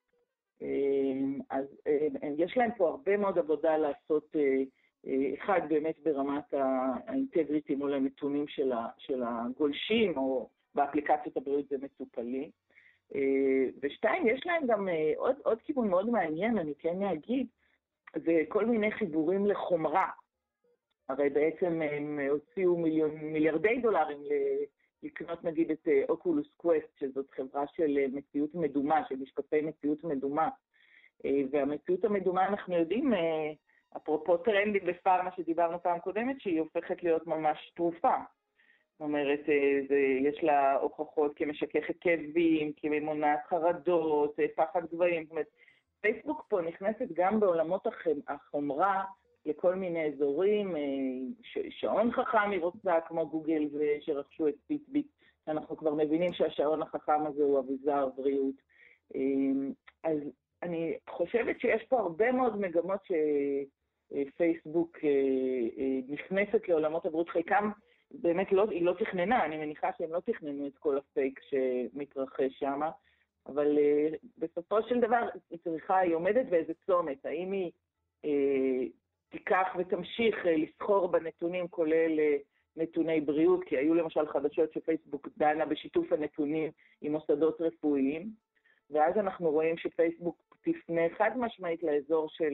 אז יש להם פה הרבה מאוד עבודה לעשות, אחד באמת ברמת האינטגריטי מול הנתונים של הגולשים, או באפליקציות הבריאות זה מטופלי. ושתיים, יש להם גם עוד כיוון מאוד מעניין, אני כן אגיד, זה כל מיני חיבורים לחומרה. הרי בעצם הם הוציאו מיליארדי דולרים לקנות נגיד את אוקולוס קווסט, שזאת חברה של מציאות מדומה, של משקפי מציאות מדומה. והמציאות המדומה אנחנו יודעים, אפרופו טרנדים בפארמה שדיברנו פעם קודמת, שהיא הופכת להיות ממש תרופה. זאת אומרת, יש לה הוכחות כמשככת כאבים, כמונעת חרדות, פחד גבהים. זאת אומרת, פייסבוק פה נכנסת גם בעולמות החומרה לכל מיני אזורים, שעון חכם היא רוצה כמו גוגל שרכשו את פיטביט, אנחנו כבר מבינים שהשעון החכם הזה הוא אביזר בריאות. אז אני חושבת שיש פה הרבה מאוד מגמות שפייסבוק נכנסת לעולמות הבריאות, חלקם באמת היא לא תכננה, אני מניחה שהם לא תכננו את כל הפייק שמתרחש שם, אבל בסופו של דבר היא עומדת באיזה צומת, האם היא תיקח ותמשיך לסחור בנתונים כולל נתוני בריאות, כי היו למשל חדשות שפייסבוק דנה בשיתוף הנתונים עם מוסדות רפואיים, ואז אנחנו רואים שפייסבוק תפנה חד משמעית לאזור של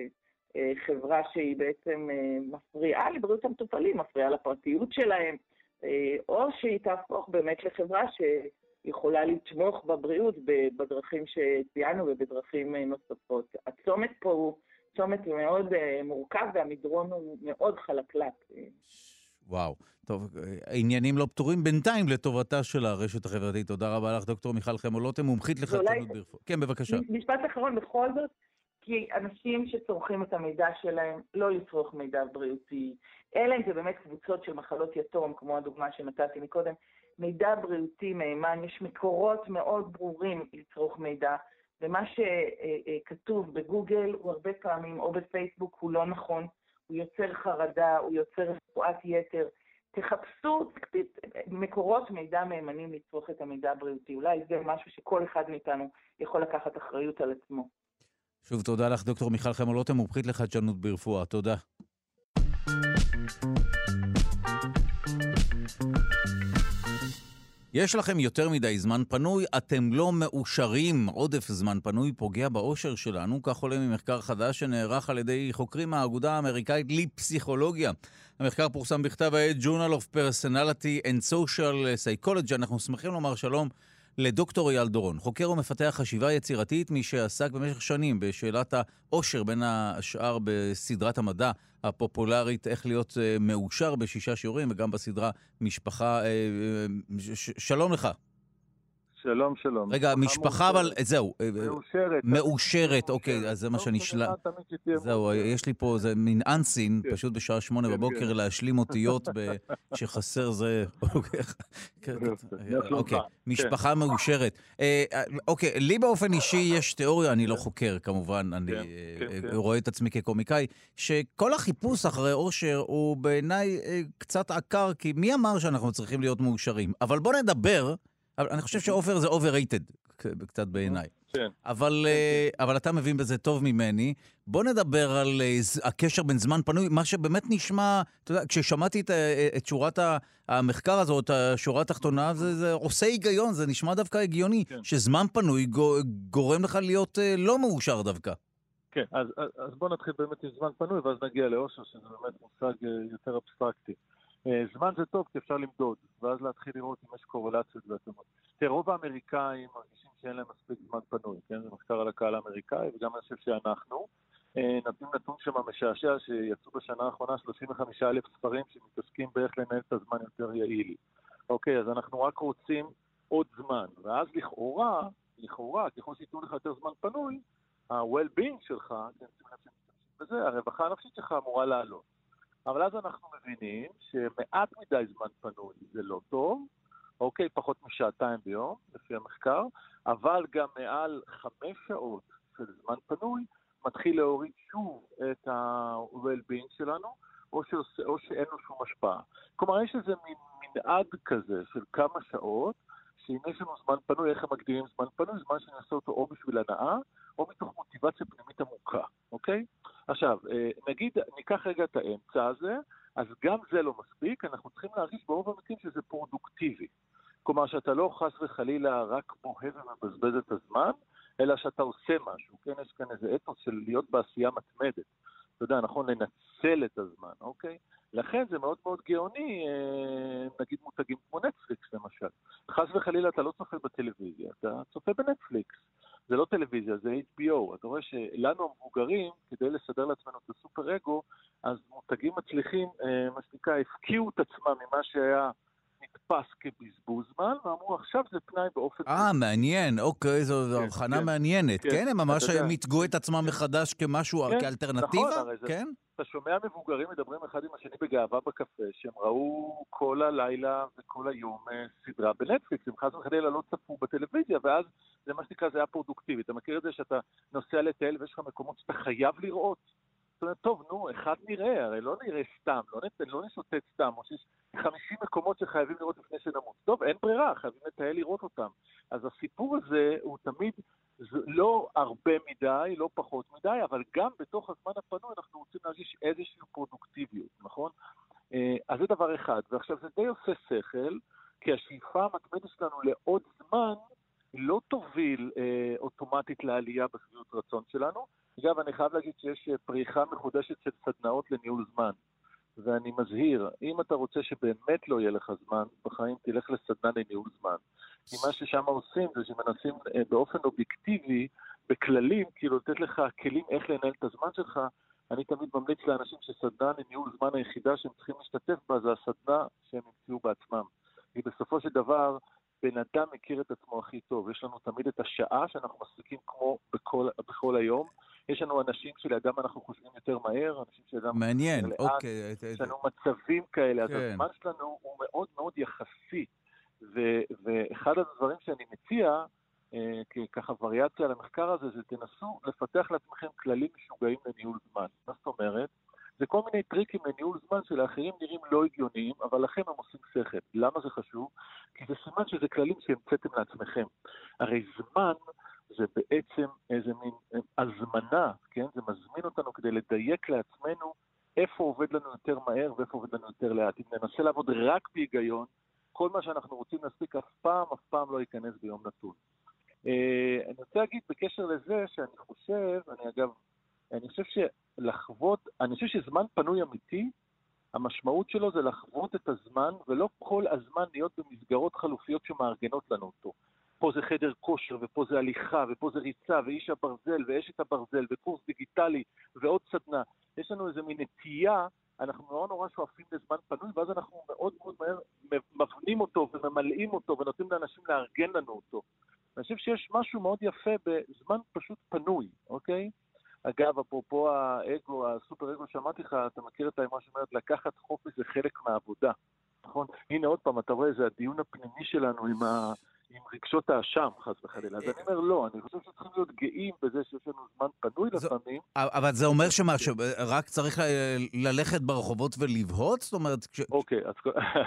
חברה שהיא בעצם מפריעה לבריאות המטופלים, מפריעה לפרטיות שלהם, או שהיא תהפוך באמת לחברה שיכולה לתמוך בבריאות בדרכים שציינו ובדרכים נוספות. הצומת פה הוא צומת מאוד מורכב והמדרון הוא מאוד חלקלק. וואו, טוב, העניינים לא פתורים בינתיים לטובתה של הרשת החברתית. תודה רבה לך, דוקטור מיכל חמולוטם, מומחית לחדשנות ברפואה. כן, בבקשה. משפט אחרון בכל זאת, כי אנשים שצורכים את המידע שלהם לא לצרוך מידע בריאותי, אלא אם זה באמת קבוצות של מחלות יתום, כמו הדוגמה שנתתי מקודם, מידע בריאותי מהימן, יש מקורות מאוד ברורים לצרוך מידע, ומה שכתוב בגוגל הוא הרבה פעמים, או בפייסבוק, הוא לא נכון, הוא יוצר חרדה, הוא יוצר רפואת יתר. תחפשו מקורות מידע מהימנים לצרוך את המידע הבריאותי. אולי זה משהו שכל אחד מאיתנו יכול לקחת אחריות על עצמו. שוב, תודה לך, דוקטור מיכל חמולוטם, מומחית לחדשנות ברפואה. תודה. יש לכם יותר מדי זמן פנוי, אתם לא מאושרים. עודף זמן פנוי פוגע באושר שלנו, כך עולה ממחקר חדש שנערך על ידי חוקרים מהאגודה האמריקאית לפסיכולוגיה. המחקר פורסם בכתב העת Journal of Personality and Social Psychology. אנחנו שמחים לומר שלום לדוקטור אייל דורון, חוקר ומפתח חשיבה יצירתית, מי שעסק במשך שנים בשאלת האושר בין השאר בסדרת המדע הפופולרית איך להיות מאושר ב6 שיעורים, וגם בסדרה משפחה. שלום לך. שלום, שלום. רגע, משפחה, אבל זהו. מאושרת. מאושרת, אוקיי, אז זה מה שאני שלם. זהו, יש לי פה, זה מין אנסין, פשוט בשעה 8 בבוקר להשלים אותיות שחסר זה. אוקיי, משפחה מאושרת. אוקיי, לי באופן אישי יש תיאוריה, אני לא חוקר כמובן, אני רואה את עצמי כקומיקאי, שכל החיפוש אחרי אושר הוא בעיניי קצת עקר, כי מי אמר שאנחנו צריכים להיות מאושרים? אבל בוא נדבר, אני חושב שאופר זה overrated, קצת בעיניי. כן. אבל אתה מבין בזה טוב ממני. בוא נדבר על הקשר בין זמן פנוי, מה שבאמת נשמע, אתה יודע, כששמעתי את שורת המחקר הזאת, את השורה התחתונה, זה עושה היגיון, זה נשמע דווקא הגיוני, כן. שזמן פנוי גורם לך להיות לא מאושר דווקא. כן, אז בוא נתחיל באמת עם זמן פנוי, ואז נגיע לאושר, שזה באמת מושג יותר אבסטרקטי. זמן זה טוב, כי אפשר למדוד, ואז להתחיל לראות אם יש קורלציות והתאמות. רוב האמריקאים מרגישים שאין להם מספיק זמן פנוי, כן? זה מחקר על הקהל האמריקאי, וגם אני חושב שאנחנו נותנים נתון שמה משעשע, שיצאו בשנה האחרונה 35,000 ספרים שמתעסקים באיך לנהל את הזמן יותר יעיל. אוקיי, אז אנחנו רק רוצים עוד זמן, ואז לכאורה, ככל שיתנו לך יותר זמן פנוי, ה-well-being שלך, הרווחה הנפשית שלך אמורה לעלות. אבל אז אנחנו מבינים שמעט מדי זמן פנוי זה לא טוב, אוקיי, פחות משעתיים ביום, לפי המחקר, אבל גם מעל 5 שעות של זמן פנוי, מתחיל להוריד שוב את ה-well-being שלנו, או שאין לו שום השפעה. כלומר, יש איזה מנעד כזה של כמה שעות, שאם יש לנו זמן פנוי, איך הם מגדירים זמן פנוי? זמן שנעשה אותו או בשביל הנאה, או מתוך מוטיבציה פנימית עמוקה, אוקיי? עכשיו, נגיד, ניקח רגע את האמצע הזה, אז גם זה לא מספיק, אנחנו צריכים להרגיש ברוב המקרים שזה פרודוקטיבי. כלומר, שאתה לא חס וחלילה רק בוהה ומבזבז את הזמן, אלא שאתה עושה משהו, כן? יש כאן איזה אתוס של להיות בעשייה מתמדת. אתה יודע, נכון, לנצל את הזמן, אוקיי? לכן זה מאוד מאוד גאוני, נגיד מותגים כמו נטפליקס למשל. חס וחלילה אתה לא צופה בטלוויזיה, אתה צופה בנטפליקס. זה לא טלוויזיה, זה HBO. אתה רואה שלנו המבוגרים, כדי לסדר לעצמנו את הסופר אגו, אז מותגים מצליחים, מה שנקרא, הפקיעו את עצמם ממה שהיה נתפס כבזבוז זמן, ואמרו עכשיו זה פנאי באופן... מעניין, אוקיי, זו הבחנה מעניינת. כן, הם ממש מתגו את עצמם מחדש כמשהו, כאלטרנטיבה? כן? אתה שומע מבוגרים מדברים אחד עם השני בגאווה בקפה, שהם ראו כל הלילה וכל היום סדרה בנטפליקס, הם חס וחלילה לא צפו בטלוויזיה, ואז זה מה שנקרא, זה היה פרודוקטיבי. אתה מכיר את זה שאתה נוסע לטייל ויש לך מקומות שאתה חייב לראות? זאת אומרת, טוב, נו, אחד נראה, הרי לא נראה סתם, לא נשוטט סתם, או שיש 50 מקומות שחייבים לראות לפני שנמות. טוב, אין ברירה, חייבים לטייל לראות אותם. אז הסיפור הזה הוא תמיד לא הרבה מדי, לא פחות מדי, אבל גם בתוך הזמן הפנוי אנחנו רוצים להרגיש איזושהי פרודוקטיביות, נכון? אז זה דבר אחד, ועכשיו זה די עושה שכל, כי השאיפה המתמדת שלנו לעוד זמן לא תוביל אוטומטית לעלייה בסביבות רצון שלנו. אגב, אני חייב להגיד שיש פריחה מחודשת של סדנאות לניהול זמן. ואני מזהיר, אם אתה רוצה שבאמת לא יהיה לך זמן בחיים, תלך לסדנה לניהול זמן. כי מה ששם עושים זה שמנסים באופן אובייקטיבי, בכללים, כאילו לתת לך כלים איך לנהל את הזמן שלך. אני תמיד ממליץ לאנשים שסדנה לניהול זמן היחידה שהם צריכים להשתתף בה, זה הסדנה שהם ימצאו בעצמם. כי בסופו של דבר, בן אדם מכיר את עצמו הכי טוב. יש לנו תמיד את השעה שאנחנו מספיקים כמו בכל היום. יש לנו אנשים שלאדם אנחנו חושבים יותר מהר, אנשים שלאדם... מעניין, אוקיי. יש לנו מצבים כאלה, אז הזמן שלנו הוא מאוד מאוד יחסי. ואחד הדברים שאני מציע, ככה וריאציה על המחקר הזה, זה תנסו לפתח לעצמכם כללים משוגעים לניהול זמן. מה זאת אומרת? זה כל מיני טריקים לניהול זמן שלאחרים נראים לא הגיוניים, אבל לכם הם עושים שכל. למה זה חשוב? כי זה סימן שזה כללים שהמצאתם לעצמכם. הרי זמן זה בעצם איזה מין הזמנה, כן? זה מזמין אותנו כדי לדייק לעצמנו איפה עובד לנו יותר מהר ואיפה עובד לנו יותר לאט. אם ננסה לעבוד רק בהיגיון, כל מה שאנחנו רוצים להספיק אף פעם לא ייכנס ביום נתון. אני רוצה להגיד בקשר לזה שאני חושב שזמן פנוי אמיתי, המשמעות שלו זה לחוות את הזמן, ולא כל הזמן להיות במסגרות חלופיות שמארגנות לנו אותו. פה זה חדר כושר, ופה זה הליכה, ופה זה ריצה, ואיש הברזל, ואשת הברזל, וקורס דיגיטלי, ועוד סדנה. יש לנו איזו מין נטייה, אנחנו נורא שואפים לזמן פנוי, ואז אנחנו מאוד מאוד מהר מבנים אותו, וממלאים אותו, ונותנים לאנשים לארגן לנו אותו. אני חושב שיש משהו מאוד יפה בזמן פשוט פנוי, אוקיי? אגב, אפרופו האגו, הסופר אגו, שמעתי לך, אתה מכיר את האמרה שאומרת, לקחת חופש זה חלק מהעבודה, נכון? הנה עוד פעם, אתה רואה, זה הדיון הפנימי שלנו עם רגשות האשם, חס וחלילה. אז אני אומר, לא, אני חושב שצריכים להיות גאים בזה שיש לנו זמן פנוי לפעמים. אבל זה אומר שרק צריך ללכת ברחובות ולבהות? זאת אומרת... אוקיי, אז...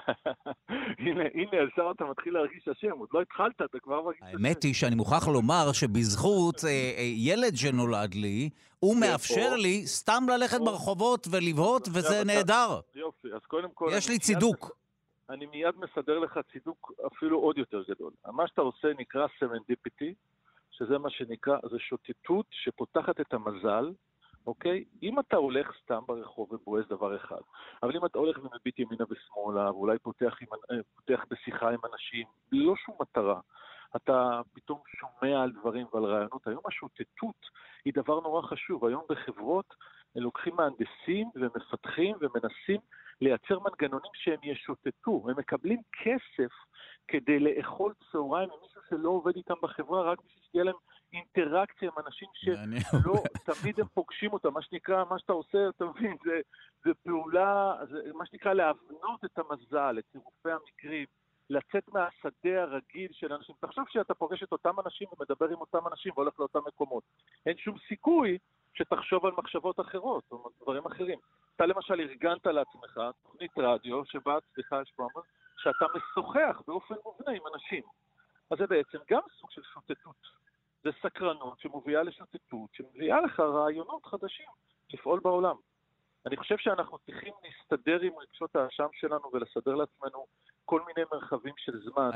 הנה, עכשיו אתה מתחיל להרגיש השם, עוד לא התחלת, אתה כבר מרגיש השם. האמת היא שאני מוכרח לומר שבזכות ילד שנולד לי, הוא מאפשר לי סתם ללכת ברחובות ולבהות, וזה נהדר. יופי, אז קודם כל... יש לי צידוק. אני מיד מסדר לך צידוק אפילו עוד יותר גדול. מה שאתה עושה נקרא serendipity, שזה מה שנקרא, זה שוטטות שפותחת את המזל, אוקיי? אם אתה הולך סתם ברחוב ובועז דבר אחד, אבל אם אתה הולך ומביט ימינה ושמאלה, ואולי פותח בשיחה עם אנשים, לא שום מטרה, אתה פתאום שומע על דברים ועל רעיונות. היום השוטטות היא דבר נורא חשוב. היום בחברות לוקחים מהנדסים ומפתחים ומנסים לייצר מנגנונים שהם ישוטטו. הם מקבלים כסף כדי לאכול צהריים עם מישהו שלא עובד איתם בחברה, רק בשביל שתהיה להם אינטראקציה עם אנשים שלא תמיד הם פוגשים אותם. מה שנקרא, מה שאתה עושה, אתה מבין, זה פעולה, זה מה שנקרא להבנות את המזל, את צירופי המקרים, לצאת מהשדה הרגיל של אנשים. תחשוב שאתה פוגש את אותם אנשים ומדבר עם אותם אנשים והולך לאותם מקומות. אין שום סיכוי שתחשוב על מחשבות אחרות או דברים אחרים. אתה למשל ארגנת לעצמך תוכנית רדיו שבה, סליחה, יש פה אמר, שאתה משוחח באופן מובנה עם אנשים. אז זה בעצם גם סוג של שוטטות. זה סקרנות שמובילה לשוטטות, שמביאה לך רעיונות חדשים לפעול בעולם. אני חושב שאנחנו צריכים להסתדר עם רגשות האשם שלנו ולסדר לעצמנו כל מיני מרחבים של זמן.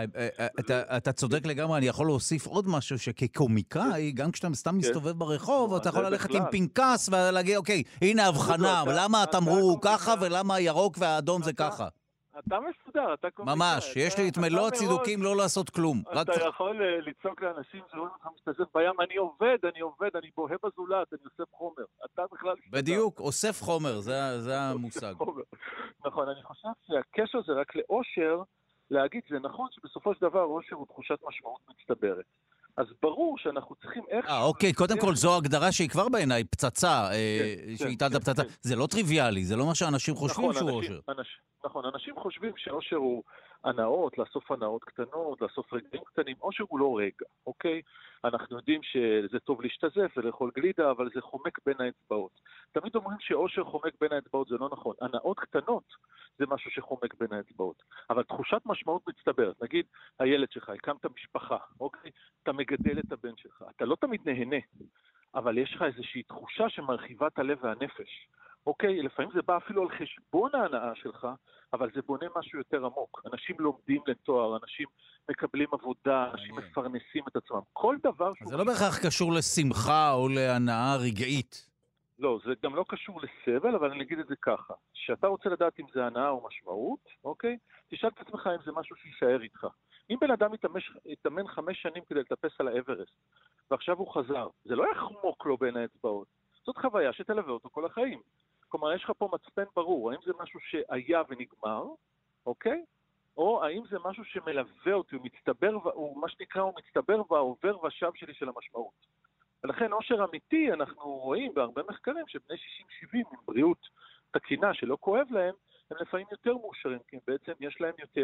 אתה צודק לגמרי, אני יכול להוסיף עוד משהו שכקומיקאי, גם כשאתה סתם מסתובב ברחוב, אתה יכול ללכת עם פנקס ולהגיד, אוקיי, הנה הבחנה, למה התמרור הוא ככה ולמה הירוק והאדום זה ככה. אתה מסודר, אתה קומיקאי. ממש, יש לי את מלוא הצידוקים לא לעשות כלום. אתה יכול לצעוק לאנשים שרואים אותך מסתזף בים, אני עובד, אני בוהה בזולת, אני אוסף חומר. אתה בכלל... בדיוק, אוסף חומר, זה המושג. נכון, אני חושב שהקשר זה רק לאושר, להגיד, זה נכון שבסופו של דבר אושר הוא תחושת משמעות מצטברת. אז ברור שאנחנו צריכים איך... אוקיי, קודם כל זו הגדרה שהיא כבר בעיניי פצצה, שהייתה פצצה. זה לא טריוויאלי, זה לא מה שאנשים חושבים שהוא אושר. נכון, אנשים חושבים שאושר הוא הנאות, לאסוף הנאות קטנות, לאסוף רגעים קטנים. אושר הוא לא רגע, אוקיי? אנחנו יודעים שזה טוב להשתזף ולאכול גלידה, אבל זה חומק בין האצבעות. תמיד אומרים שאושר חומק בין האצבעות, זה לא נכון. הנאות קטנות זה משהו שחומק בין האצבעות. אבל תחושת משמעות מצטברת. נגיד, הילד שלך, הקמת משפחה, אוקיי? אתה מגדל את הבן שלך. אתה לא תמיד נהנה, אבל יש לך איזושהי תחושה שמרחיבה את הלב והנפש. אוקיי, לפעמים זה בא אפילו על חשבון ההנאה שלך, אבל זה בונה משהו יותר עמוק. אנשים לומדים לתואר, אנשים מקבלים עבודה, אנשים מפרנסים את עצמם. כל דבר... זה לא בהכרח קשור לשמחה או להנאה רגעית. לא, זה גם לא קשור לסבל, אבל אני אגיד את זה ככה. שאתה רוצה לדעת אם זה הנאה או משמעות, אוקיי? תשאל את עצמך אם זה משהו שישאר איתך. אם בן אדם יתאמן 5 שנים כדי לטפס על האברסט, ועכשיו הוא חזר, זה לא יחמוק לו בין האצבעות. זאת חוויה שתלווה אותו כל החיים. כלומר, יש לך פה מצפן ברור, האם זה משהו שהיה ונגמר, אוקיי? או האם זה משהו שמלווה אותי, הוא מצטבר, הוא מה שנקרא, הוא מצטבר והעובר והשב שלי של המשמעות. ולכן אושר אמיתי, אנחנו רואים בהרבה מחקרים שבני 60-70 עם בריאות תקינה שלא כואב להם, הם לפעמים יותר מאושרים, כי בעצם יש להם יותר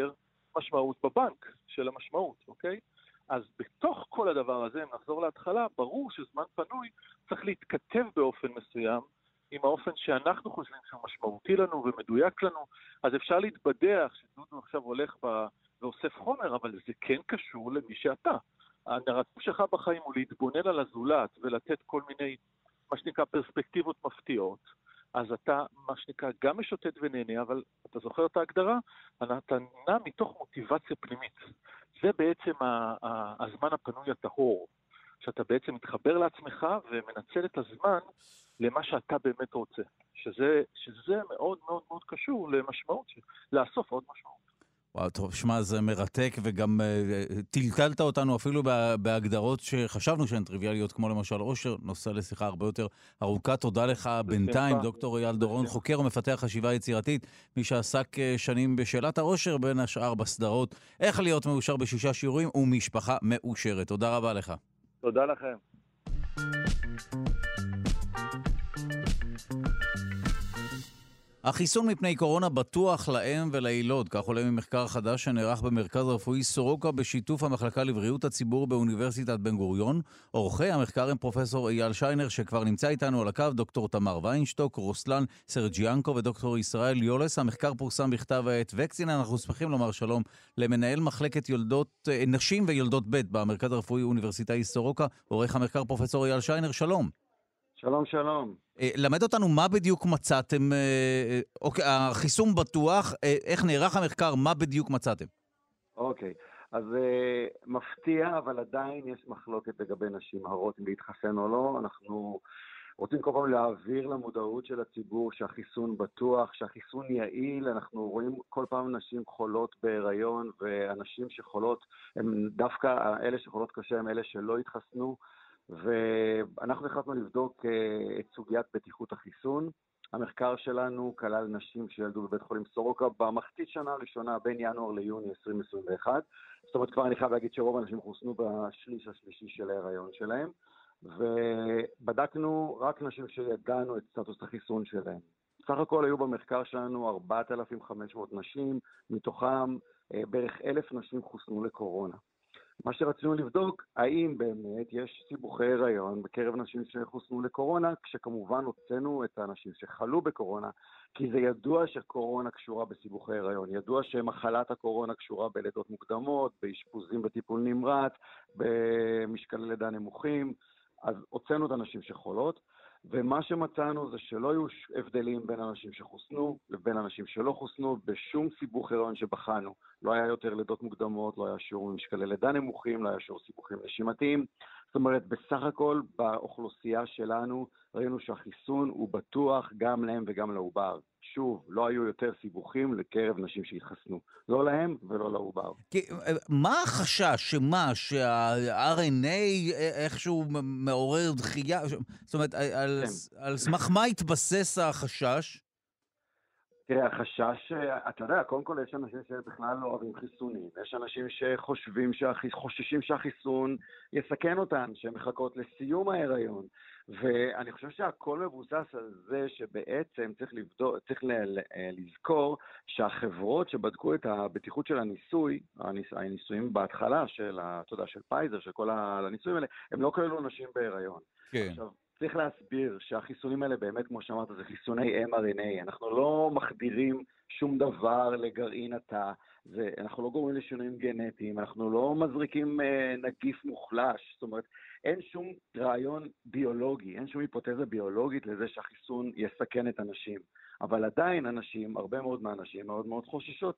משמעות בבנק של המשמעות, אוקיי? אז בתוך כל הדבר הזה, אם נחזור להתחלה, ברור שזמן פנוי צריך להתכתב באופן מסוים עם האופן שאנחנו חושבים שהוא משמעותי לנו ומדויק לנו. אז אפשר להתבדח שדודו עכשיו הולך ואוסף חומר, אבל זה כן קשור למי שאתה. הנרטיב שלך בחיים הוא להתבונן על הזולת ולתת כל מיני, מה שנקרא, פרספקטיבות מפתיעות. אז אתה, מה שנקרא, גם משוטט ונהנה, אבל אתה זוכר את ההגדרה? אתה נע מתוך מוטיבציה פנימית. זה בעצם הזמן הפנוי הטהור, שאתה בעצם מתחבר לעצמך ומנצל את הזמן למה שאתה באמת רוצה. שזה מאוד מאוד מאוד קשור למשמעות, לאסוף עוד משמעות. וואו, טוב, שמע, זה מרתק, וגם טלטלת אותנו אפילו בהגדרות שחשבנו שהן טריוויאליות, כמו למשל עושר, נושא לשיחה הרבה יותר ארוכה. תודה לך בינתיים, דוקטור אייל דורון, חוקר ומפתח חשיבה יצירתית, מי שעסק שנים בשאלת העושר, בין השאר בסדרות, איך להיות מאושר ב6 שיעורים ומשפחה מאושרת. תודה רבה לך. תודה לכם. החיסון מפני קורונה בטוח לאם ולילוד, כך עולה ממחקר חדש שנערך במרכז הרפואי סורוקה בשיתוף המחלקה לבריאות הציבור באוניברסיטת בן גוריון. עורכי המחקר הם פרופסור אייל שיינר שכבר נמצא איתנו על הקו, דוקטור תמר ויינשטוק, רוסלן סרג'יאנקו ודוקטור ישראל יולס. המחקר פורסם בכתב העת וקסין. אנחנו שמחים לומר שלום למנהל מחלקת נשים ויולדות ב' במרכז הרפואי אוניברסיטאי סורוקה, עורך המחקר פרופסור אייל שיינר. שלום. שלום, שלום. למד אותנו מה בדיוק מצאתם, אוקיי, החיסון בטוח, איך נערך המחקר, מה בדיוק מצאתם? אוקיי, אז מפתיע, אבל עדיין יש מחלוקת לגבי נשים הרות אם להתחסן או לא. אנחנו רוצים כל פעם להעביר למודעות של הציבור שהחיסון בטוח, שהחיסון יעיל. אנחנו רואים כל פעם נשים חולות בהיריון, ואנשים שחולות, הם דווקא אלה שחולות קשה, הם אלה שלא התחסנו. ואנחנו החלטנו לבדוק את סוגיית בטיחות החיסון. המחקר שלנו כלל נשים שילדו בבית חולים סורוקה במחצית שנה הראשונה בין ינואר ליוני 2021. זאת אומרת, כבר אני חייב להגיד שרוב האנשים חוסנו בשליש השלישי של ההיריון שלהם, ובדקנו רק נשים שידענו את סטטוס החיסון שלהם. סך הכל היו במחקר שלנו 4,500 נשים, מתוכם בערך 1,000 נשים חוסנו לקורונה. מה שרצינו לבדוק, האם באמת יש סיבוכי הריון בקרב נשים שחוסנו לקורונה, כשכמובן הוצאנו את האנשים שחלו בקורונה, כי זה ידוע שקורונה קשורה בסיבוכי הריון, ידוע שמחלת הקורונה קשורה בלידות מוקדמות, באשפוזים בטיפול נמרץ, במשקל לידה נמוכים, אז הוצאנו את האנשים שחולות, ומה שמצאנו זה שלא היו הבדלים בין אנשים שחוסנו לבין אנשים שלא חוסנו בשום סיבוך הריון שבחנו. לא היה יותר לידות מוקדמות, לא היה שיעור משקלי לידה נמוכים, לא היה שיעור סיבוכים נשימתיים. זאת אומרת, בסך הכל באוכלוסייה שלנו ראינו שהחיסון הוא בטוח גם להם וגם לעובר. שוב, לא היו יותר סיבוכים לקרב נשים שהתחסנו. לא להם ולא לעובר. מה החשש? שה-RNA איכשהו מעורר דחייה? זאת אומרת, על סמך מה התבסס החשש? תראה, החשש, אתה יודע, קודם כל יש אנשים שבכלל לא אוהבים חיסונים. יש אנשים שחוששים שהחיסון יסכן אותן, שהן מחכות לסיום ההיריון. ואני חושב שהכל מבוסס על זה שבעצם צריך לזכור שהחברות שבדקו את הבטיחות של הניסויים בהתחלה של פייזר, של כל הניסויים האלה, הם לא כללו נשים בהיריון. כן. עכשיו, צריך להסביר שהחיסונים האלה באמת, כמו שאמרת, זה חיסוני mRNA. אנחנו לא מחדירים שום דבר לגרעין התא, אנחנו לא גורמים לשינויים גנטיים, אנחנו לא מזריקים נגיף מוחלש, זאת אומרת, אין שום רעיון ביולוגי, אין שום היפותזה ביולוגית לזה שהחיסון יסכן את אנשים. אבל עדיין אנשים, הרבה מאוד מהאנשים, מאוד מאוד חוששות.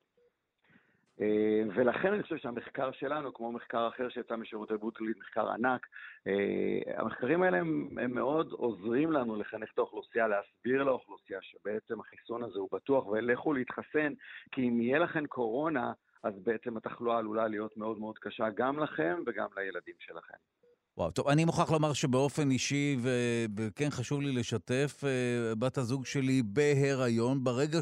ולכן אני חושב שהמחקר שלנו, כמו מחקר אחר שיצא משירותי בריאות כללית, מחקר ענק, המחקרים האלה הם מאוד עוזרים לנו לחנך את האוכלוסייה, להסביר לאוכלוסייה שבעצם החיסון הזה הוא בטוח, ולכו להתחסן, כי אם יהיה לכם קורונה, אז בעצם התחלואה עלולה להיות מאוד מאוד קשה גם לכם וגם לילדים שלכם. וואו, טוב, אני מוכרח לומר שבאופן אישי, וכן חשוב לי לשתף, בת הזוג שלי בהיריון, ברגע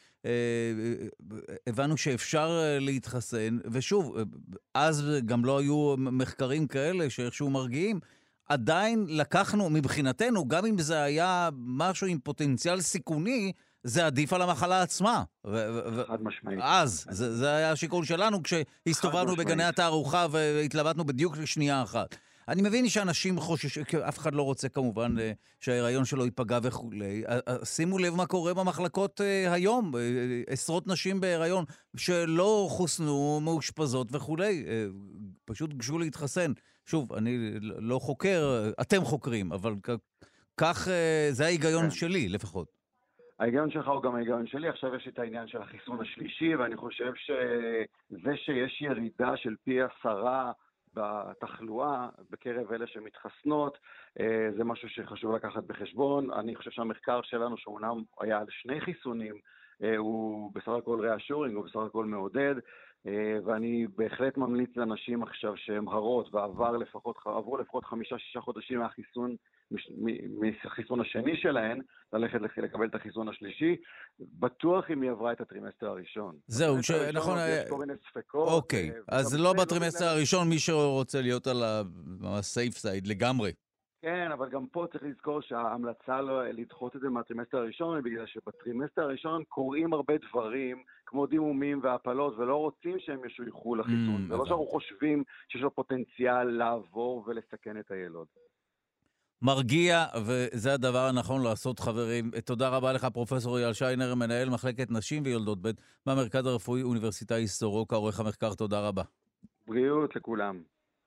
שהבנו שאפשר להתחסן, ושוב, אז גם לא היו מחקרים כאלה שאיכשהו מרגיעים, עדיין לקחנו מבחינתנו, גם אם זה היה משהו עם פוטנציאל סיכוני, זה עדיף על המחלה עצמה. חד משמעית. אז, זה היה השיקול שלנו כשהסתובבנו בגני התערוכה והתלבטנו בדיוק לשנייה אחת. אני מבין שאנשים חוששים, אף אחד לא רוצה כמובן שההיריון שלו ייפגע וכולי. שימו לב מה קורה במחלקות היום. עשרות נשים בהיריון שלא חוסנו, מאושפזות וכולי. פשוט גשו להתחסן. שוב, אני לא חוקר, אתם חוקרים, אבל כך זה ההיגיון שלי לפחות. ההיגיון שלך הוא גם ההיגיון שלי. עכשיו יש את העניין של החיסון השלישי, ואני חושב שזה שיש ירידה של פי 10 בתחלואה בקרב אלה שמתחסנות, זה משהו שחשוב לקחת בחשבון. אני חושב שהמחקר שלנו, שאומנם היה על 2 חיסונים, הוא בסך הכל ריאשורינג, הוא בסך הכל מעודד, ואני בהחלט ממליץ לאנשים עכשיו שהם הרות ועברו לפחות 5-6 חודשים מהחיסון השני שלהן, ללכת לקבל את החיסון השלישי, בטוח אם היא עברה את הטרימסטר הראשון. זהו, נכון. יש כל מיני ספקות. אוקיי, אז לא בטרימסטר הראשון, מי שרוצה להיות על הסייף סייד לגמרי. כן, אבל גם פה צריך לזכור שההמלצה לדחות את זה מהטרימסטר הראשון, בגלל שבטרימסטר הראשון קורים הרבה דברים, כמו דימומים והפלות, ולא רוצים שהם ישויכו לחיסון. זה לא שאנחנו חושבים שיש לו פוטנציאל לעבור ולסכן את הילוד. מרגיע, וזה הדבר הנכון לעשות, חברים. תודה רבה לך, פרופסור אייל שיינר, מנהל מחלקת נשים ויולדות ב' במרכז הרפואי אוניברסיטאי סורוקה, עורך המחקר. תודה רבה. בריאות לכולם.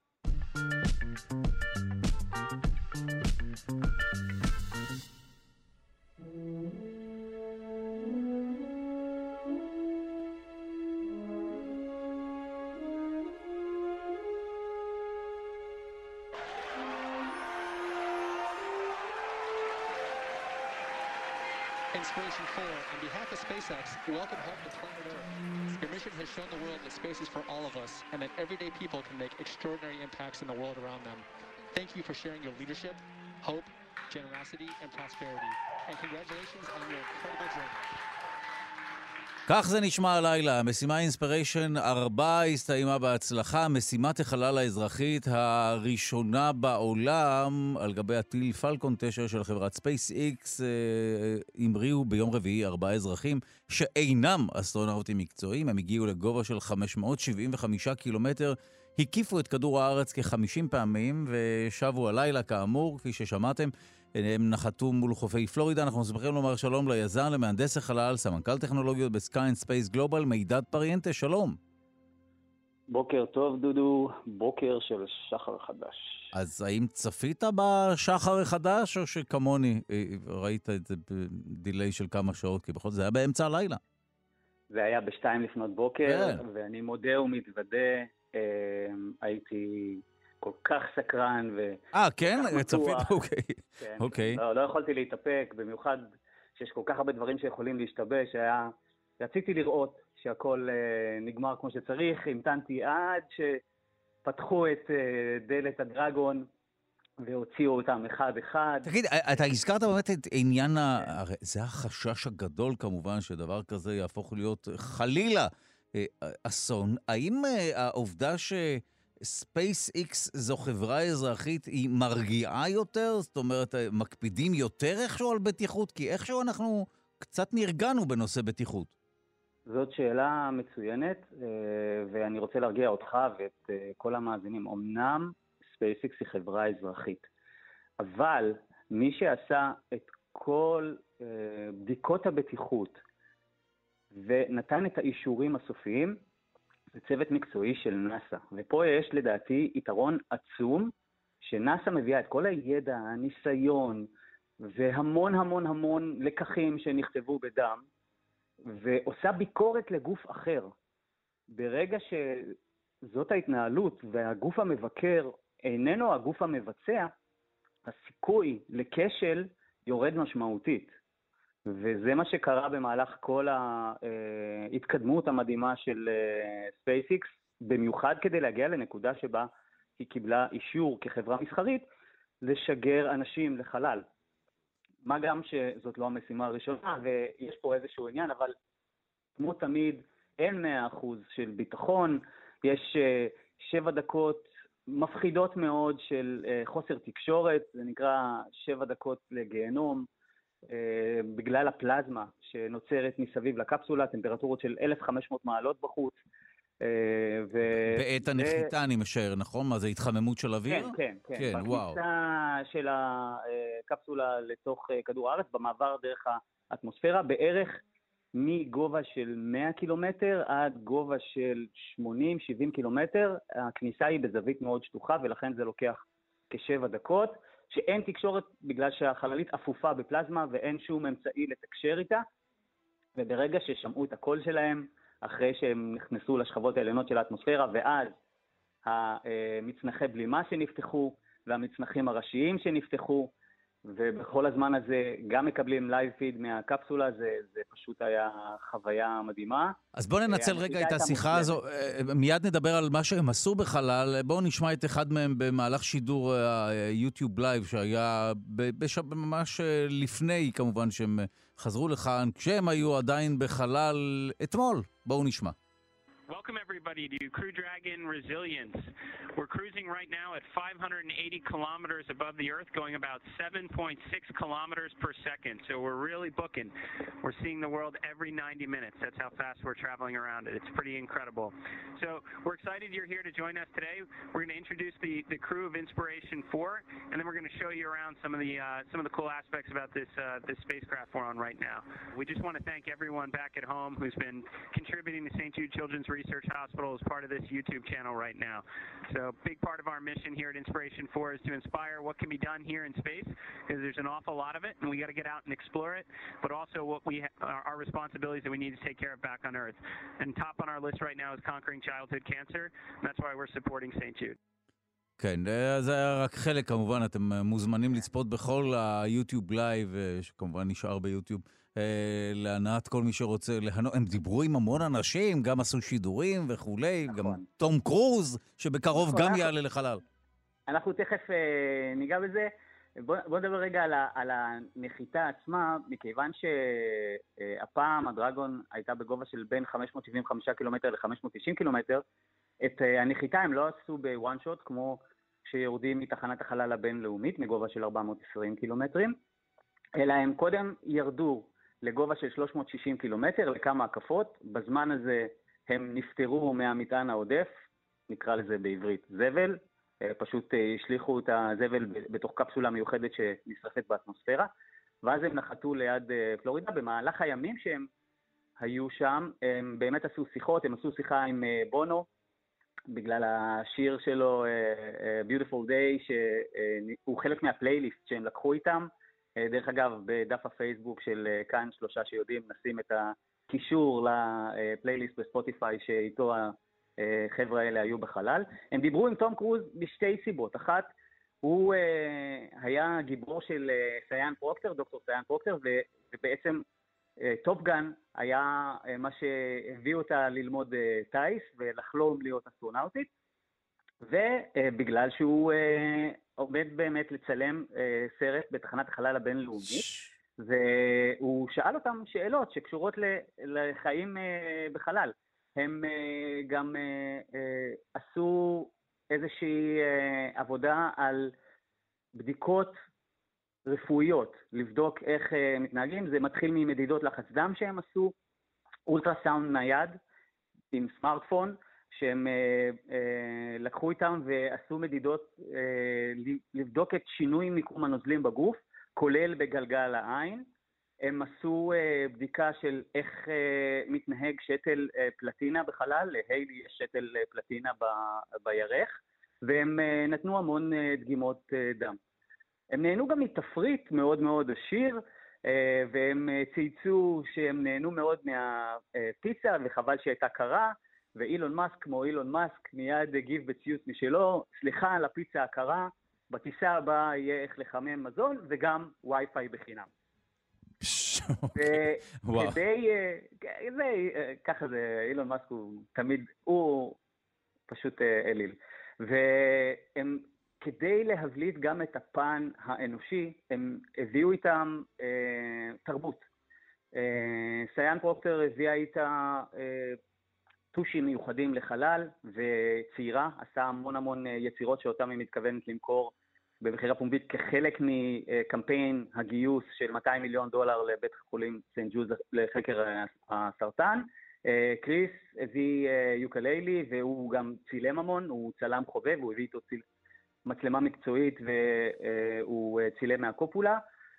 Inspiration 4, on behalf of SpaceX, welcome home to planet Earth. Your mission has shown the world that space is for all of us and that everyday people can make extraordinary impacts in the world around them. Thank you for sharing your leadership, hope, generosity, and prosperity. And congratulations on your incredible journey. כך זה נשמע הלילה. המשימה אינספיריישן 4 הסתיימה בהצלחה. משימת החלל האזרחית הראשונה בעולם על גבי הטיל פלקון 9 של חברת SpaceX המריאו ביום רביעי 4 אזרחים שאינם אסטרונאוטים מקצועיים. הם הגיעו לגובה של 575 קילומטר, הקיפו את כדור הארץ כ-50 פעמים ושבו הלילה כאמור, כפי ששמעתם. הם נחתו מול חופי פלורידה. אנחנו שמחים לומר שלום ליזם, למהנדס החלל, סמנכ"ל טכנולוגיות בסקיי אנד ספייס גלובל, מידד פריאנטה, שלום. בוקר טוב דודו, בוקר של שחר חדש. אז האם צפית בשחר החדש, או שכמוני ראית את זה בדילי של כמה שעות, כי בכל זאת זה היה באמצע הלילה? זה היה ב2 לפנות בוקר, ואני מודה ומתוודה, הייתי כל כך סקרן כן? צפית? אוקיי. לא יכולתי להתאפק, במיוחד שיש כל כך הרבה דברים שיכולים להשתבש, רציתי לראות שהכל נגמר כמו שצריך, המתנתי עד שפתחו את דלת הדרגון והוציאו אותם אחד-אחד. תגיד, אתה הזכרת באמת את עניין, זה החשש הגדול כמובן שדבר כזה יהפוך להיות חלילה אסון. האם העובדה SpaceX זו חברה אזרחית, היא מרגיעה יותר? זאת אומרת, מקפידים יותר איכשהו על בטיחות? כי איכשהו אנחנו קצת נרגענו בנושא בטיחות. זאת שאלה מצוינת, ואני רוצה להרגיע אותך ואת כל המאזינים. אמנם SpaceX היא חברה אזרחית, אבל מי שעשה את כל בדיקות הבטיחות ונתן את האישורים הסופיים, זה צוות מקצועי של נאסא. ופה יש לדעתי יתרון עצום, שנאסא מביאה את כל הידע, הניסיון, והמון המון המון לקחים שנכתבו בדם, ועושה ביקורת לגוף אחר. ברגע שזאת ההתנהלות, והגוף המבקר איננו הגוף המבצע, הסיכוי לכשל יורד משמעותית. וזה מה שקרה במהלך כל ההתקדמות המדהימה של SpaceX, במיוחד כדי להגיע לנקודה שבה היא קיבלה אישור כחברה מסחרית לשגר אנשים לחלל. מה גם שזאת לא המשימה הראשונה, ויש פה איזשהו עניין, אבל כמו תמיד אין 100% של ביטחון, יש 7 דקות מפחידות מאוד של חוסר תקשורת, זה נקרא 7 דקות לגיהנום, בגלל הפלזמה שנוצרת מסביב לקפסולה, טמפרטורות של 1500 מעלות בחוץ. בעת הנחיתה אני משער, נכון? מה זה התחממות של אוויר? כן. בכניסה של הקפסולה לתוך כדור הארץ, במעבר דרך האטמוספירה, בערך מגובה של 100 קילומטר עד גובה של 80-70 קילומטר, הכניסה היא בזווית מאוד שטוחה, ולכן זה לוקח כ7 דקות, שאין תקשורת בגלל שהחללית אפופה בפלזמה, ואין שום אמצעי לתקשר איתה, וברגע ששמעו את הקול שלהם, אחרי שהם נכנסו לשכבות העליונות של האטמוספירה, ואז המצנחי בלימה שנפתחו, והמצנחים הראשיים שנפתחו, ובכל הזמן הזה גם מקבלים לייב פיד מהקפסולה, זה פשוט היה חוויה מדהימה. אז בואו ננצל רגע את השיחה הזו, מיד נדבר על מה שהם עשו בחלל, בואו נשמע את אחד מהם במהלך שידור היוטיוב לייב, שהיה ממש לפני כמובן שהם חזרו לכאן, כשהם היו עדיין בחלל אתמול. בואו נשמע. Welcome everybody to Crew Dragon Resilience. We're cruising right now at 580 kilometers above the Earth, going about 7.6 kilometers per second. So we're really booking. We're seeing the world every 90 minutes. That's how fast we're traveling around it. It's pretty incredible. So we're excited you're here to join us today. We're going to introduce the crew of Inspiration 4, and then we're going to show you around some of the cool aspects about this spacecraft we're on right now. We just want to thank everyone back at home who's been contributing to St. Jude Children's Research Hospital as part of this YouTube channel right now. So a big part of our mission here at Inspiration 4 is to inspire what can be done here in space, because there's an awful lot of it, and we got to get out and explore it, but also what our responsibilities that we need to take care of back on Earth. And top on our list right now is conquering childhood cancer, and that's why we're supporting St. Jude. כן, זה היה רק חלק, כמובן, אתם מוזמנים לצפות בכל היוטיוב לייב, שכמובן נשאר ביוטיוב, להנעת כל מי שרוצה להנות. הם דיברו עם המון אנשים, גם עשו שידורים וכולי, גם תום קרוז, שבקרוב גם יעלה לחלל. אנחנו תכף ניגע בזה. בוא נדבר רגע על הנחיתה עצמה, מכיוון שהפעם הדרגון הייתה בגובה של בין 575 קילומטר ל-590 קילומטר, את הנחיתה הם לא עשו בוואן שוט, כמו שיורדים מתחנת החלל הבינלאומית, מגובה של 420 קילומטרים, אלא הם קודם ירדו לגובה של 360 קילומטר, לכמה הקפות. בזמן הזה הם נפטרו מהמטען העודף, נקרא לזה בעברית זבל, פשוט השליחו את הזבל בתוך קפסולה מיוחדת שנשרפת באטמוספירה, ואז הם נחתו ליד פלורידה. במהלך הימים שהם היו שם, הם באמת עשו שיחות, הם עשו שיחה עם בונו, בגלל השיר שלו, Beautiful Day, שהוא חלק מהפלייליסט שהם לקחו איתם. דרך אגב, בדף הפייסבוק של כאן שלושה שיודעים, נשים את הקישור לפלייליסט בספוטיפיי שאיתו החבר'ה האלה היו בחלל. הם דיברו עם תום קרוז בשתי סיבות. אחת, הוא היה גיבור של סיין פרוקטר, דוקטור סיין פרוקטר, ובעצם טופגן היה מה שהביא אותה ללמוד טייס ולחלום להיות אסטרונאוטית, ובגלל שהוא עומד באמת לצלם סרט בתחנת החלל הבינלאומית, והוא שאל אותם שאלות שקשורות לחיים בחלל. הם גם עשו איזושהי עבודה על בדיקות רפואיות, לבדוק איך מתנהגים. זה מתחיל ממדידות לחץ דם שהם עשו, אולטרסאונד נייד עם סמארטפון, שהם לקחו איתם ועשו מדידות לבדוק את שינוי מיקום הנוזלים בגוף, כולל בגלגל העין. הם עשו בדיקה של איך מתנהג שתל פלטינה בחלל, להיילי יש שתל פלטינה בירך, והם נתנו המון דגימות דם. הם נהנו גם מתפריט מאוד מאוד עשיר, והם צייצו שהם נהנו מאוד מהפיצה, וחבל שהייתה קרה, ואילון מאסק, כמו אילון מאסק, מיד הגיב בציוץ משלו, סליחה על הפיצה הקרה, בטיסה הבאה יהיה איך לחמם מזון, וגם וי-פיי בחינם. וכדי, ככה זה, אילון מאסק הוא תמיד, הוא פשוט אליל. והם, כדי להבליט גם את הפן האנושי, הם הביאו איתם תרבות. סיין פרוקטר הביאה איתה טושים מיוחדים לחלל, וצעירה, עשה המון יצירות שאותם היא מתכוונת למכור במחירה פומבית כחלק מקמפיין הגיוס של $200 מיליון לבית חולים סנט ג'וז לחקר הסרטן. קריס הביא יוקללי והוא גם צילם המון, הוא צלם חובב, הוא הביא איתו מצלמה מקצועית והוא צילם מהקופולה.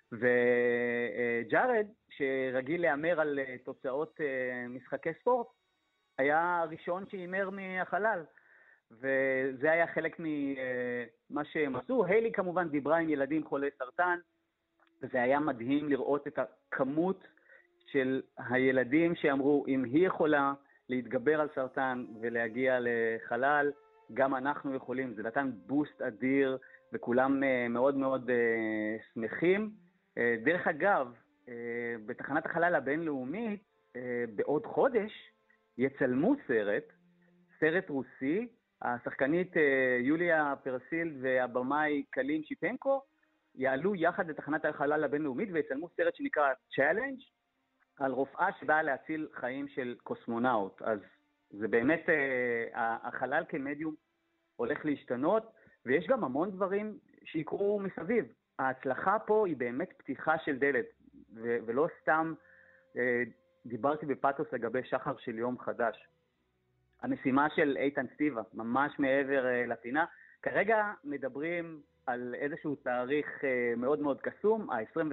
וג'ארד, שרגיל לאמר על תוצאות משחקי ספורט, היה הראשון שאימר מהחלל. וזה היה חלק ממה שהם עשו. היילי כמובן דיברה עם ילדים חולי סרטן, וזה היה מדהים לראות את הכמות של הילדים שאמרו, אם היא יכולה להתגבר על סרטן ולהגיע לחלל, גם אנחנו יכולים. זה נתן בוסט אדיר, וכולם מאוד מאוד שמחים. דרך אגב, בתחנת החלל הבינלאומית, בעוד חודש, יצלמו סרט רוסי, השחקנית יוליה פרסילד והבמאי קלים שיפנקו יעלו יחד לתחנת החלל הבינלאומית ויצלמו סרט שנקרא Challenge, על רופאה שבאה להציל חיים של קוסמונאוט. אז זה באמת, החלל כמדיום הולך להשתנות, ויש גם המון דברים שיקרו מסביב. ההצלחה פה היא באמת פתיחה של דלת, ולא סתם דיברתי בפאטוס לגבי שחר של יום חדש. המשימה של איתן סטיבה, ממש מעבר לפינה. כרגע מדברים על איזשהו תאריך מאוד מאוד קסום,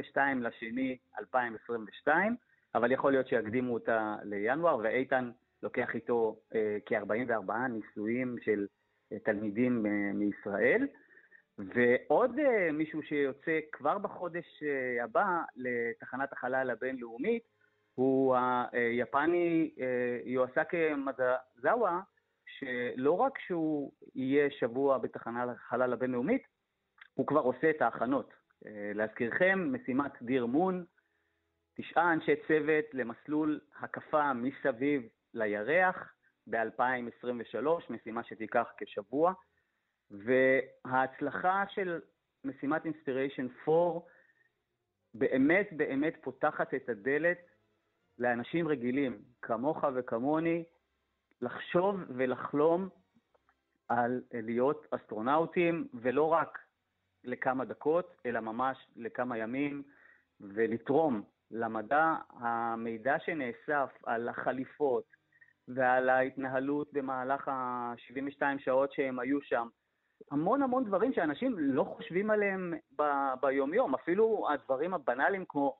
ה-22/2/2022, אבל יכול להיות שיקדימו אותה לינואר, ואיתן לוקח איתו כ-44 ניסויים של תלמידים מישראל. ועוד מישהו שיוצא כבר בחודש הבא לתחנת החלל הבינלאומית, הוא היפני יואסקי מזאווה, שלא רק שהוא יהיה שבוע בתחנת החלל הבינלאומית, הוא כבר עושה את ההכנות. להזכירכם, משימת דיר מון, 9 אנשי צוות למסלול הקפה מסביב לירח ב-2023, משימה שתיקח כשבוע, וההצלחה של משימת אינספיריישן 4 באמת באמת פותחת את הדלת לאנשים רגילים, כמוך וכמוני, לחשוב ולחלום על להיות אסטרונאוטים, ולא רק לכמה דקות, אלא ממש לכמה ימים, ולתרום למדע. המידע שנאסף על החליפות ועל ההתנהלות במהלך ה-72 שעות שהם היו שם, המון המון דברים שאנשים לא חושבים עליהם ביום-יום, אפילו הדברים הבנאליים כמו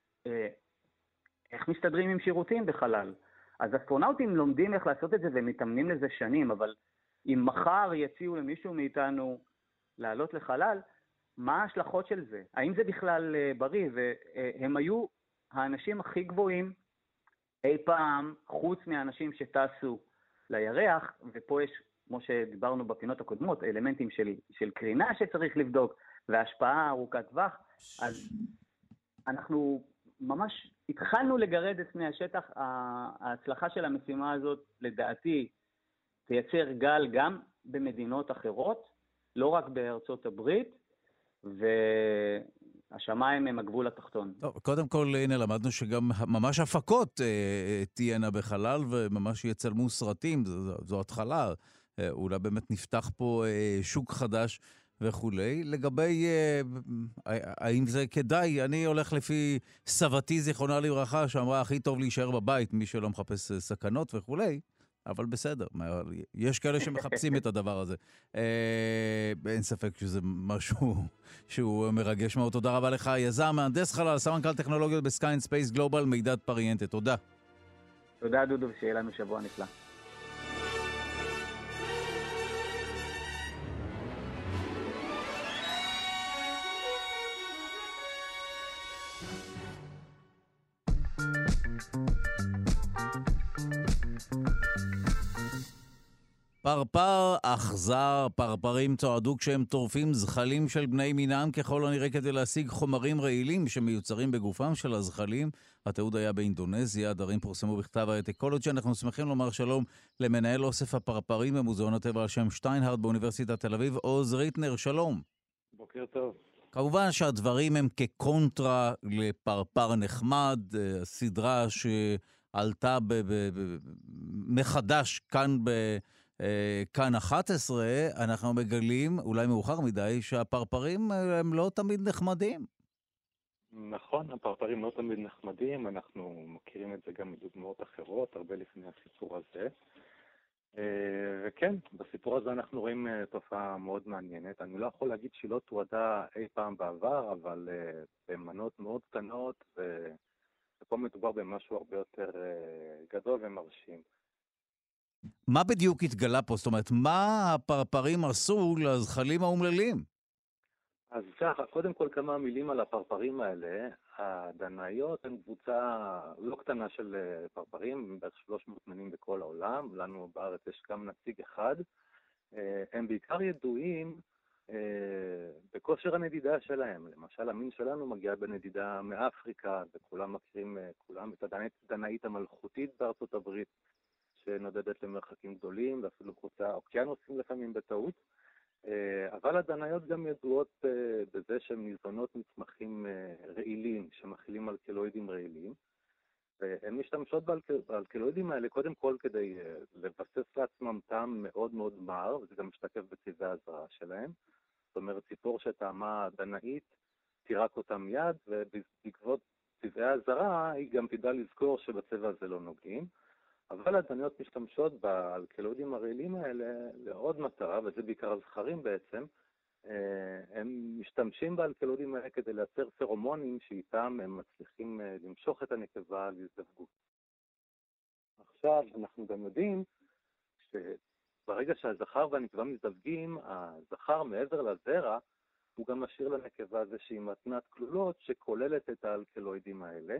איך מסתדרים עם שירותים בחלל. אז אסטרונאוטים לומדים איך לעשות את זה ומתאמנים לזה שנים, אבל אם מחר יציעו למישהו מאיתנו לעלות לחלל, מה ההשלכות של זה? האם זה בכלל בריא? והם היו האנשים הכי גבוהים אי פעם, חוץ מהאנשים שטסו לירח, ופה יש, כמו שדיברנו בפינות הקודמות, אלמנטים של קרינה שצריך לבדוק, והשפעה ארוכת טווח. אז אנחנו ממש התחלנו לגרד את פני השטח. ההצלחה של המשימה הזאת, לדעתי, תייצר גל גם במדינות אחרות, לא רק בארצות הברית, והשמיים הם הגבול התחתון. טוב, קודם כל, הנה, למדנו שגם ממש הפקות תהיינה בחלל, וממש יצלמו סרטים, זו התחלה. אולי באמת נפתח פה שוק חדש וכולי. לגבי האם זה כדאי, אני הולך לפי סבתי זיכרונה לברכה, שאמרה הכי טוב להישאר בבית, מי שלא מחפש סכנות וכולי, אבל בסדר, יש כאלה שמחפשים את הדבר הזה. אין ספק שזה משהו שהוא מרגש מאוד. תודה רבה לך, יזם, מהנדס חלל, סמנכ"ל טכנולוגיות בסקיין ספייס גלובל, מידד פריאנטה. תודה. תודה דודו, שיהיה לנו שבוע נפלא. פרפר אכזר, פרפרים צועדו כשהם טורפים זחלים של בני מינם ככל הנראה כדי להשיג חומרים רעילים שמיוצרים בגופם של הזחלים. התיעוד היה באינדונזיה, הדברים פורסמו בכתב העת אקולוג'י. אנחנו שמחים לומר שלום למנהל אוסף הפרפרים במוזיאון הטבע על שם שטיינהרט באוניברסיטת תל אביב, עוז ריטנר, שלום. בוקר טוב. כמובן שהדברים הם כקונטרה לפרפר נחמד, סדרה שעלתה מחדש כאן כאן 11, אנחנו מגלים, אולי מאוחר מדי, שהפרפרים הם לא תמיד נחמדים. נכון, הפרפרים לא תמיד נחמדים, אנחנו מכירים את זה גם מדוגמאות אחרות, הרבה לפני הסיפור הזה. וכן, בסיפור הזה אנחנו רואים תופעה מאוד מעניינת. אני לא יכול להגיד שהיא לא תועדה אי פעם בעבר, אבל במנות מאוד קטנות, ופה מדובר במשהו הרבה יותר גדול ומרשים. מה בדיוק התגלה פה? זאת אומרת, מה הפרפרים עשו לזחלים האומללים? אז ככה, קודם כל כמה מילים על הפרפרים האלה. הדנאיות הן קבוצה לא קטנה של פרפרים, בערך 300 מינים בכל העולם, לנו בארץ יש גם נציג אחד. הם בעיקר ידועים בכושר הנדידה שלהם. למשל, המין שלנו מגיע בנדידה מאפריקה, וכולם מכירים את הדנאית המלכותית בארצות הברית, שנודדת למרחקים גדולים, ואפילו חוצה אוקיינוסים לפעמים בטעות. אבל הדנאיות גם ידועות בזה שהן ניזונות מצמחים רעילים, שמכילים אלקלואידים רעילים, והן משתמשות באלקלואידים האלה קודם כל כדי לבסס לעצמם טעם מאוד מאוד מר, וזה גם משתקף בצבעי הזרעה שלהם. זאת אומרת, ציפור שטעמה דנאית תירק אותם מיד, ובעקבות צבעי הזרעה היא גם תדע לזכור שבצבע הזה לא נוגעים. אבל הדנאיות משתמשות באלקלואידים הרעילים האלה לעוד מטרה, וזה בעיקר הזכרים בעצם. הם משתמשים באלקלואידים האלה כדי לייצר פרומונים שאיתם הם מצליחים למשוך את הנקבה להזדווגות. עכשיו אנחנו גם יודעים שברגע שהזכר והנקבה מזדווגים, הזכר מעבר לזרע הוא גם משאיר לנקבה איזושהי מתנת כלולות שכוללת את האלקלואידים האלה.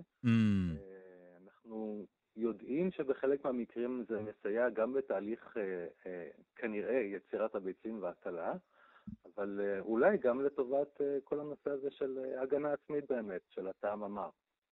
אנחנו יודעים שבחלק מהמקרים זה מסייע גם בתהליך כנראה יצירת הביצים והטלה, אבל אולי גם לטובת כל הנושא הזה של הגנה עצמית באמת, של הטעם המר.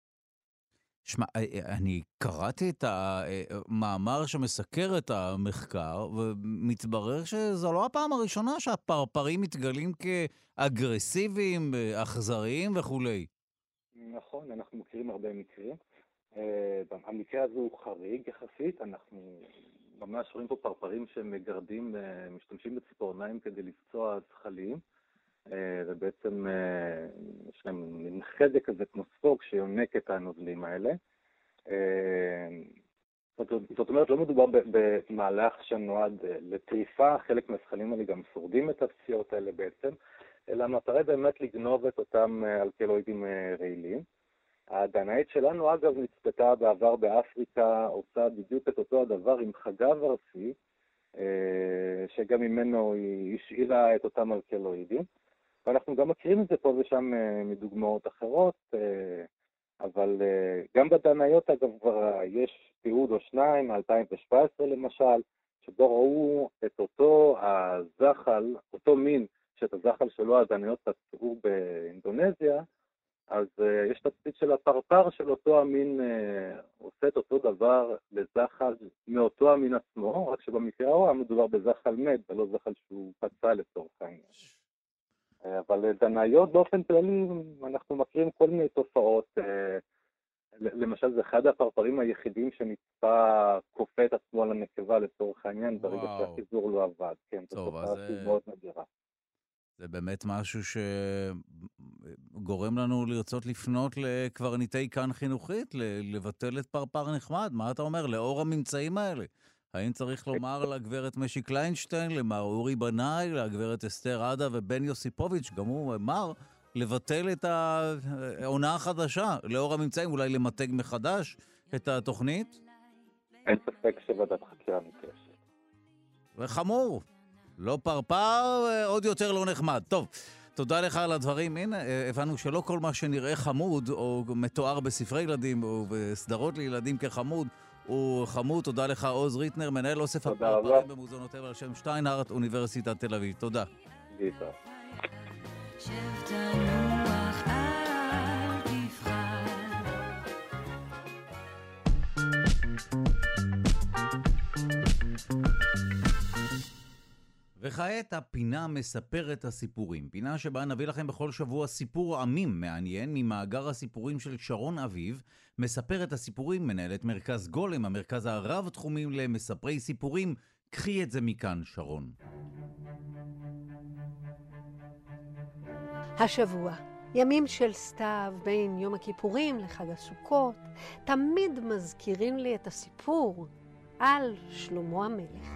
שמע, אני קראתי את המאמר שמסקר את המחקר, ומתברר שזו לא הפעם הראשונה שהפרפרים מתגלים כאגרסיביים, אכזריים וכו'. נכון, אנחנו מכירים הרבה מקרים. המקרה הזה הוא חריג יחסית, אנחנו ממש רואים פה פרפרים שמגרדים, משתמשים בציפורניים כדי לפצוע זחלים, ובעצם יש להם מין חדק כזה כמו ספוג שיונק את הנוזלים האלה. זאת אומרת, לא מדובר במהלך שנועד לטריפה, חלק מהזחלים האלה גם שורדים את הפציעות האלה בעצם, אלא המטרה באמת לגנוב את אותם אלקלואידים רעילים. הדנאית שלנו, אגב, נצפתה בעבר באפריקה, עושה בדיוק את אותו הדבר עם חגב ארסי, שגם ממנו היא השאילה את אותם אלקלואידים. ואנחנו גם מכירים את זה פה ושם מדוגמאות אחרות, אבל גם בדנאיות, אגב, כבר יש תיעוד או שניים, מ-2017 למשל, שבו ראו את אותו הזחל, אותו מין, שאת הזחל שלו הדנאיות תצאו באינדונזיה, אז יש תצפית של הפרפר של אותו המין עושה את אותו דבר לזחל מאותו המין עצמו, רק שבמקרה ההוא מדובר בזחל מת, ולא זחל שהוא פצע לצורך העניין. אבל דנאיות באופן כללי אנחנו מכירים כל מיני תופעות, למשל זה אחד הפרפרים היחידים שנצפה כופה את עצמו על הנקבה לצורך העניין, ברגע שהחיזור לא עבד. כן, זו תופעה שהיא מאוד נדירה. זה באמת משהו שגורם לנו לרצות לפנות לקברניטי כאן חינוכית, לבטל את פרפר נחמד. מה אתה אומר? לאור הממצאים האלה. האם צריך לומר לגברת משי קליינשטיין, למר אורי בנאי, לגברת אסתר עדה ובן יוסיפוביץ', גם הוא אמר, לבטל את העונה החדשה, לאור הממצאים, אולי למתג מחדש את התוכנית? אין ספק שוועדת חקירה נדרשת. וחמור. לא פרפר, עוד יותר לא נחמד. טוב, תודה לך על הדברים. הנה, הבנו שלא כל מה שנראה חמוד, או מתואר בספרי ילדים, או בסדרות לילדים כחמוד, הוא חמוד. תודה לך, עוז ריטנר, מנהל אוסף הפרפרים במוזיאון הטבע על שם שטיינהרט, אוניברסיטת תל אביב. תודה. להתראות. וכעת הפינה מספרת הסיפורים, פינה שבה נביא לכם בכל שבוע סיפור עמים מעניין ממאגר הסיפורים של שרון אביב. מספרת הסיפורים מנהלת מרכז גולם, המרכז הרב-תחומים למספרי סיפורים קחי את זה מכאן, שרון. השבוע, ימים של סתיו בין יום הכיפורים לחג הסוכות, תמיד מזכירים לי את הסיפור על שלמה המלך.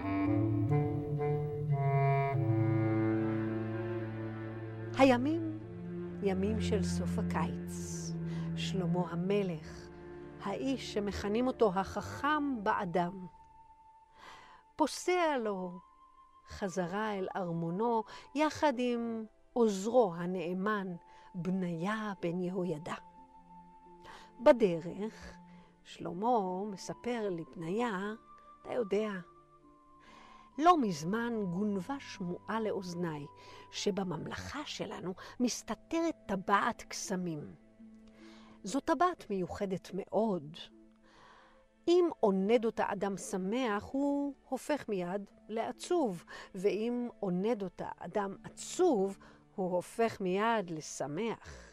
הימים, ימים של סוף הקיץ. שלמה המלך, האיש שמכנים אותו החכם באדם, פוסע לו חזרה אל ארמונו יחד עם עוזרו הנאמן בניה בן יהוידע. בדרך שלמה מספר לבניה, אתה יודע, לא מזמן גונבה שמועה לאוזניי שבממלכה שלנו מסתתרת טבעת קסמים. זו טבעת מיוחדת מאוד. אם עונד אותה אדם שמח, הוא הופך מיד לעצוב, ואם עונד אותה אדם עצוב, הוא הופך מיד לשמח.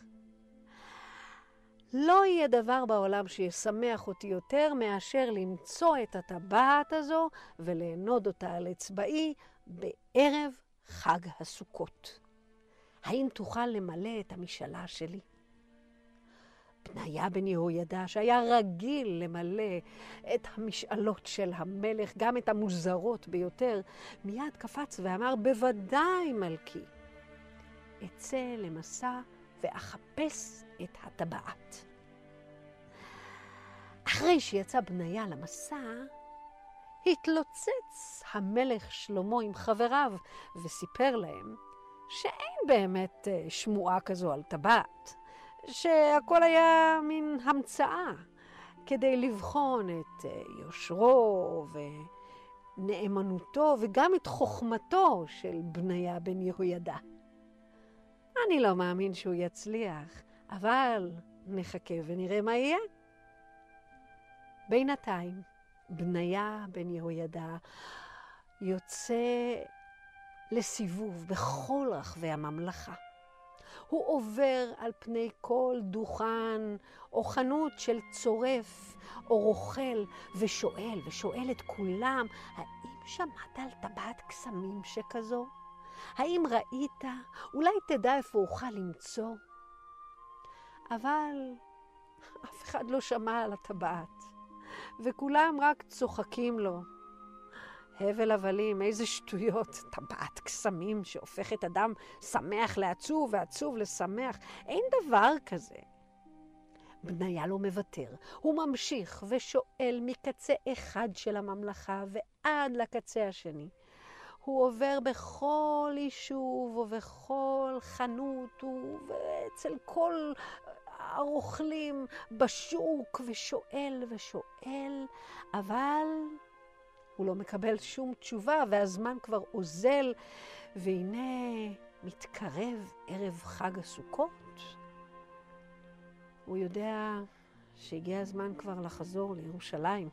לא יהיה דבר בעולם שישמח אותי יותר מאשר למצוא את הטבעת הזו ולענוד אותה על אצבעי בערב חג הסוכות. האם תוכל למלא את המשאלה שלי? בניה בן יהוידע, שהיה רגיל למלא את המשאלות של המלך, גם את המוזרות ביותר, מיד קפץ ואמר, בוודאי מלכי. אצא למסע ואחפש את הטבעת. אחרי שיצא בניה למסע, התלוצץ המלך שלמה עם חבריו וסיפר להם שאין באמת שמועה כזו על טבעת, שהכל היה מין המצאה כדי לבחון את יושרו ונאמנותו וגם את חוכמתו של בניה בן יהוידע. אני לא מאמין שהוא יצליח, אבל נחכה ונראה מה יהיה. בינתיים, בניה בן יהוידע יוצא לסיבוב בכל רחבי הממלכה. הוא עובר על פני כל דוכן או חנות של צורף או רוכל ושואל את כולם, האם שמעת על טבעת קסמים שכזו? האם ראית? אולי תדע איפה אוכל למצוא? אבל אף אחד לא שמע על הטבעת, וכולם רק צוחקים לו. הבל הבלים, איזה שטויות, טבעת קסמים שהופכת אדם שמח לעצוב ועצוב לשמח. אין דבר כזה. בניה לא מוותר, הוא ממשיך ושואל מקצה אחד של הממלכה ועד לקצה השני. הוא עובר בכל יישוב ובכל חנות ואצל כל הרוכלים בשוק ושואל, אבל הוא לא מקבל שום תשובה והזמן כבר אוזל, והנה מתקרב ערב חג הסוכות. הוא יודע שהגיע הזמן כבר לחזור לירושלים.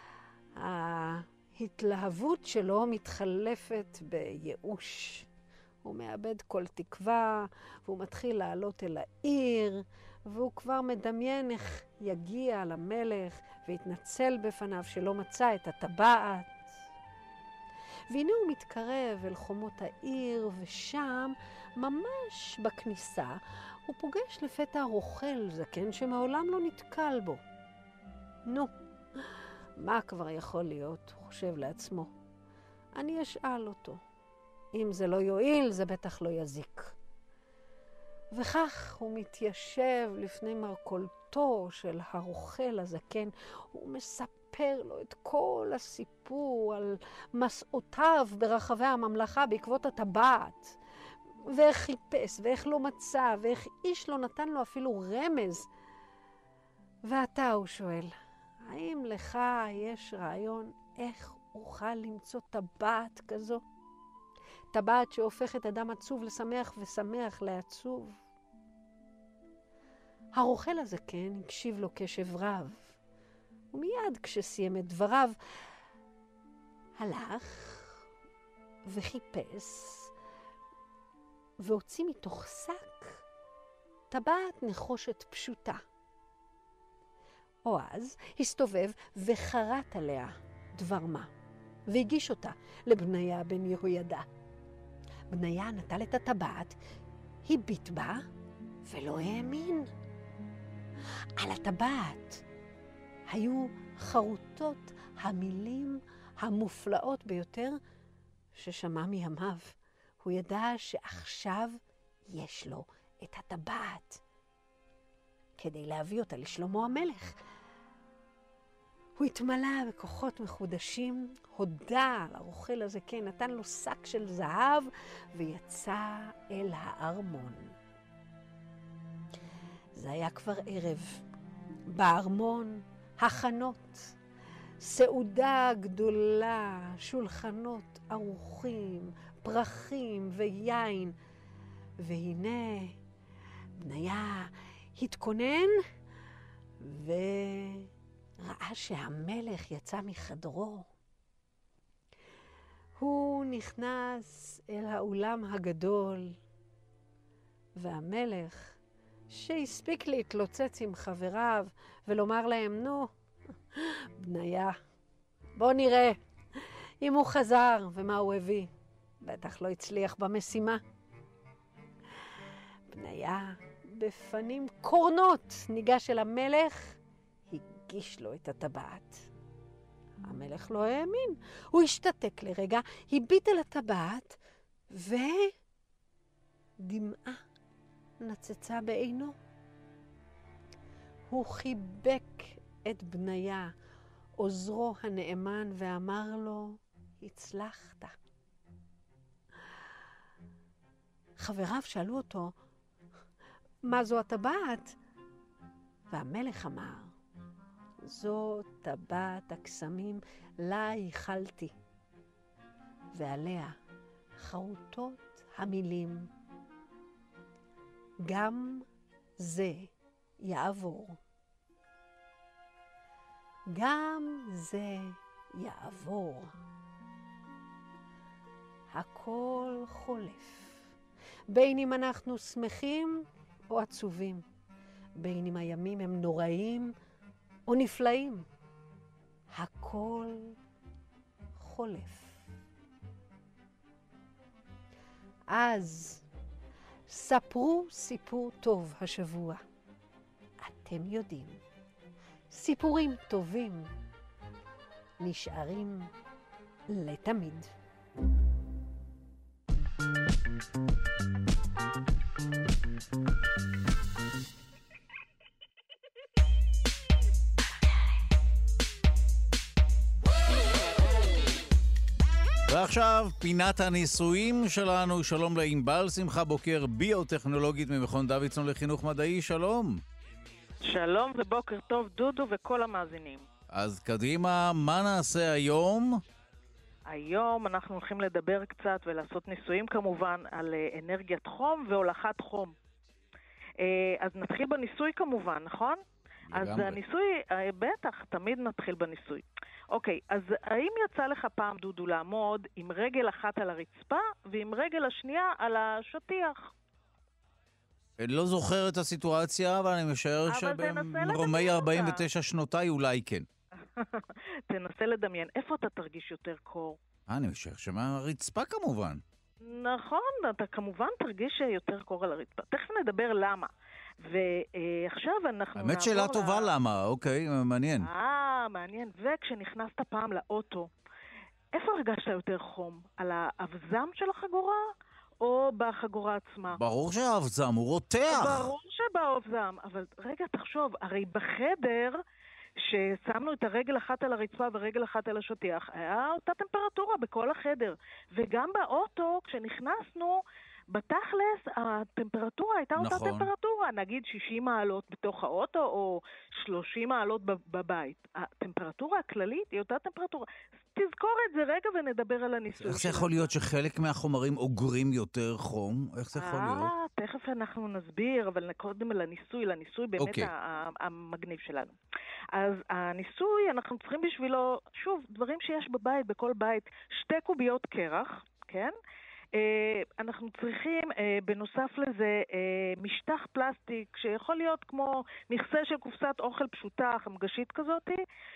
ההתלהבות שלו מתחלפת בייאוש. הוא מאבד כל תקווה, והוא מתחיל לעלות אל העיר, והוא כבר מדמיין איך יגיע למלך והתנצל בפניו שלא מצא את הטבעת. והנה הוא מתקרב אל חומות העיר, ושם, ממש בכניסה, הוא פוגש לפתע רוכל זקן שמעולם לא נתקל בו. נו, מה כבר יכול להיות? הוא חושב לעצמו. אני אשאל אותו. אם זה לא יועיל, זה בטח לא יזיק. וכך הוא מתיישב לפני מרכולתו של הרוכל הזקן. הוא מספר לו את כל הסיפור על מסעותיו ברחבי הממלכה בעקבות הטבעת. ואיך חיפש, ואיך לא מצא, ואיך איש לא נתן לו אפילו רמז. ואתה, הוא שואל, האם לך יש רעיון איך אוכל למצוא טבעת כזו? טבעת שהופכת אדם עצוב לשמח ושמח לעצוב. הרוכל הזקן הקשיב לו קשב רב, ומיד כשסיים את דבריו, הלך וחיפש, והוציא מתוך שק טבעת נחושת פשוטה. או אז הסתובב וחרט עליה דבר מה, והגיש אותה לבניה בן יהוידע. בניה נטל את הטבעת, הביט בה ולא האמין. על הטבעת היו חרוטות המילים המופלאות ביותר ששמע מימיו. הוא ידע שעכשיו יש לו את הטבעת כדי להביא אותה לשלמה המלך. הוא התמלא בכוחות מחודשים, הודה לרוכל הזה, כן, נתן לו שק של זהב ויצא אל הארמון. זה היה כבר ערב. בארמון הכנות, סעודה גדולה, שולחנות ערוכים, פרחים ויין. והנה בניה התכונן וראה שהמלך יצא מחדרו. הוא נכנס אל האולם הגדול, והמלך שהספיק להתלוצץ עם חבריו ולומר להם, נו, בניה, בוא נראה אם הוא חזר ומה הוא הביא. בטח לא הצליח במשימה. בניה בפנים קורנות ניגש אל המלך, הגיש לו את הטבעת. המלך לא האמין. הוא השתתק לרגע, הביט אל הטבעת ודמעה נצצה בעינו. הוא חיבק את בניה, עוזרו הנאמן, ואמר לו, הצלחת. חבריו שאלו אותו, מה זו הטבעת? והמלך אמר, זו טבעת הקסמים לה ייחלתי, ועליה חרוטות המילים, גם זה יעבור. גם זה יעבור. הכל חולף. בין אם אנחנו שמחים או עצובים. בין אם הימים הם נוראים או נפלאים. הכל חולף. אז ספרו סיפור טוב השבוע. אתם יודעים, סיפורים טובים נשארים לתמיד. ועכשיו פינת הניסויים שלנו. שלום לענבל שמחה בוקר, ביוטכנולוגית ממכון דוידסון לחינוך מדעי. שלום. שלום ובוקר טוב דודו וכל המאזינים. אז קדימה, מה נעשה היום? היום אנחנו הולכים לדבר קצת ולעשות ניסויים כמובן על אנרגיית חום והולכת חום. אז נתחיל בניסוי כמובן, נכון? לגמרי. אז הניסוי, בטח, תמיד נתחיל בניסוי. אוקיי, אז האם יצא לך פעם דודו לעמוד עם רגל אחת על הרצפה ועם רגל השנייה על השטיח? לא זוכר את הסיטואציה, אבל אני משער שבמרומי 49 שנותיי אולי כן. תנסה לדמיין, איפה אתה תרגיש יותר קור? אני משער שמהרצפה כמובן. נכון, אתה כמובן תרגיש יותר קור על הרצפה. תכף נדבר למה. ועכשיו אנחנו האמת שאלה טובה למה, אוקיי, מעניין. מעניין. וכשנכנסת פעם לאוטו, איפה הרגשת יותר חום? על האבזם של החגורה או בחגורה עצמה? ברור שהאבזם, הוא רותח. ברור שבאבזם, אבל רגע תחשוב, הרי בחדר ששמנו את הרגל אחת על הרצפה ורגל אחת על השטיח, היה אותה טמפרטורה בכל החדר. וגם באוטו, כשנכנסנו, בתכלס, הטמפרטורה הייתה אותה טמפרטורה, נגיד 60 מעלות בתוך האוטו או 30 מעלות בבית. הטמפרטורה הכללית היא אותה טמפרטורה. תזכור את זה רגע ונדבר על הניסוי. איך זה יכול להיות שחלק מהחומרים אוגרים יותר חום? איך זה יכול להיות? תכף אנחנו נסביר, אבל קודם לניסוי באמת המגניב שלנו. אז הניסוי, אנחנו צריכים בשבילו, שוב, דברים שיש בבית, בכל בית, 2 קוביות קרח, כן? אנחנו צריכים בנוסף לזה משטח פלסטיק שיכול להיות כמו מכסה של קופסת אוכל פשוטה, חמגשית כזאת,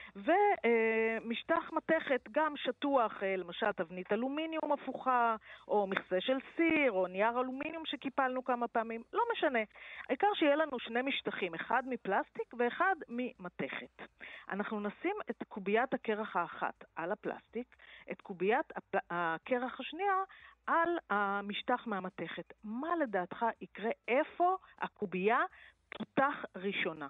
ומשטח מתכת גם שטוח, למשל תבנית אלומיניום הפוכה, או מכסה של סיר, או נייר אלומיניום שקיפלנו כמה פעמים, לא משנה. העיקר שיהיה לנו שני משטחים, אחד מפלסטיק ואחד ממתכת. אנחנו נשים את קוביית הקרח האחת על הפלסטיק, את קוביית הקרח השנייה על המשטח מהמתכת. מה לדעתך יקרה? איפה הקובייה תותח ראשונה?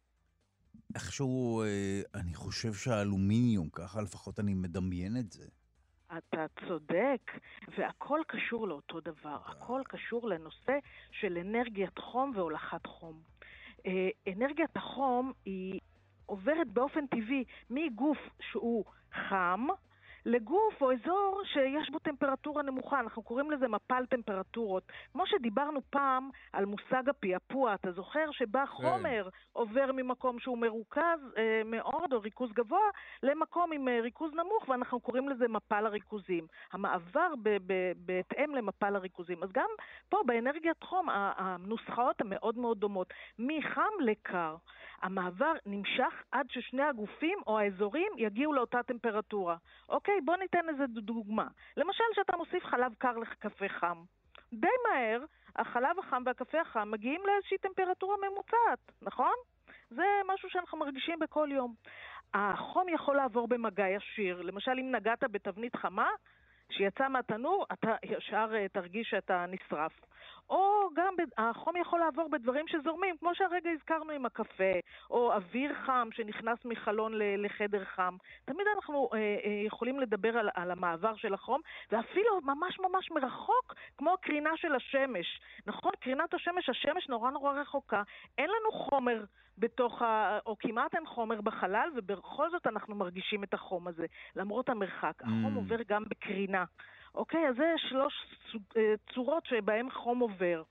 איכשהו, אני חושב שהאלומיניום, ככה לפחות אני מדמיין את זה. אתה צודק, והכל קשור לאותו דבר. הכל קשור לנושא של אנרגיית חום והולכת חום. אנרגיית החום היא עוברת באופן טבעי מגוף שהוא חם, לגוף או אזור שיש בו טמפרטורה נמוכה. אנחנו קוראים לזה מפל טמפרטורות. כמו שדיברנו פעם על מושג הפיאפוע, אתה זוכר שבה חומר עובר ממקום שהוא מרוכז מאוד או ריכוז גבוה למקום עם ריכוז נמוך, ואנחנו קוראים לזה מפל הריכוזים. המעבר בהתאם למפל הריכוזים. אז גם פה באנרגיית חום הנוסחאות המאוד מאוד דומות. מחם לקר. המעבר נמשך עד ששני הגופים או האזורים יגיעו לאותה טמפרטורה. אוקיי, בוא ניתן איזה דוגמה. למשל שאתה מוסיף חלב קר לקפה חם. די מהר, החלב החם והקפה החם מגיעים לאיזושהי טמפרטורה ממוצעת, נכון? זה משהו שאנחנו מרגישים בכל יום. החום יכול לעבור במגע ישיר. למשל, אם נגעת בתבנית חמה, שיצא מהתנור, אתה ישר תרגיש שאתה נשרף. או גם החום יכול לעבור בדברים שזורמים, כמו שהרגע הזכרנו עם הקפה, או אוויר חם שנכנס מחלון לחדר חם. תמיד אנחנו יכולים לדבר על המעבר של החום, ואפילו ממש ממש מרחוק, כמו הקרינה של השמש. נכון? קרינת השמש, השמש נורא נורא רחוקה. אין לנו חומר בתוך, או כמעט אין חומר בחלל, ובכל זאת אנחנו מרגישים את החום הזה, למרות המרחק. החום עובר גם בקרינה. אוקיי, אז זה 3 צורות שבהם חום עובר.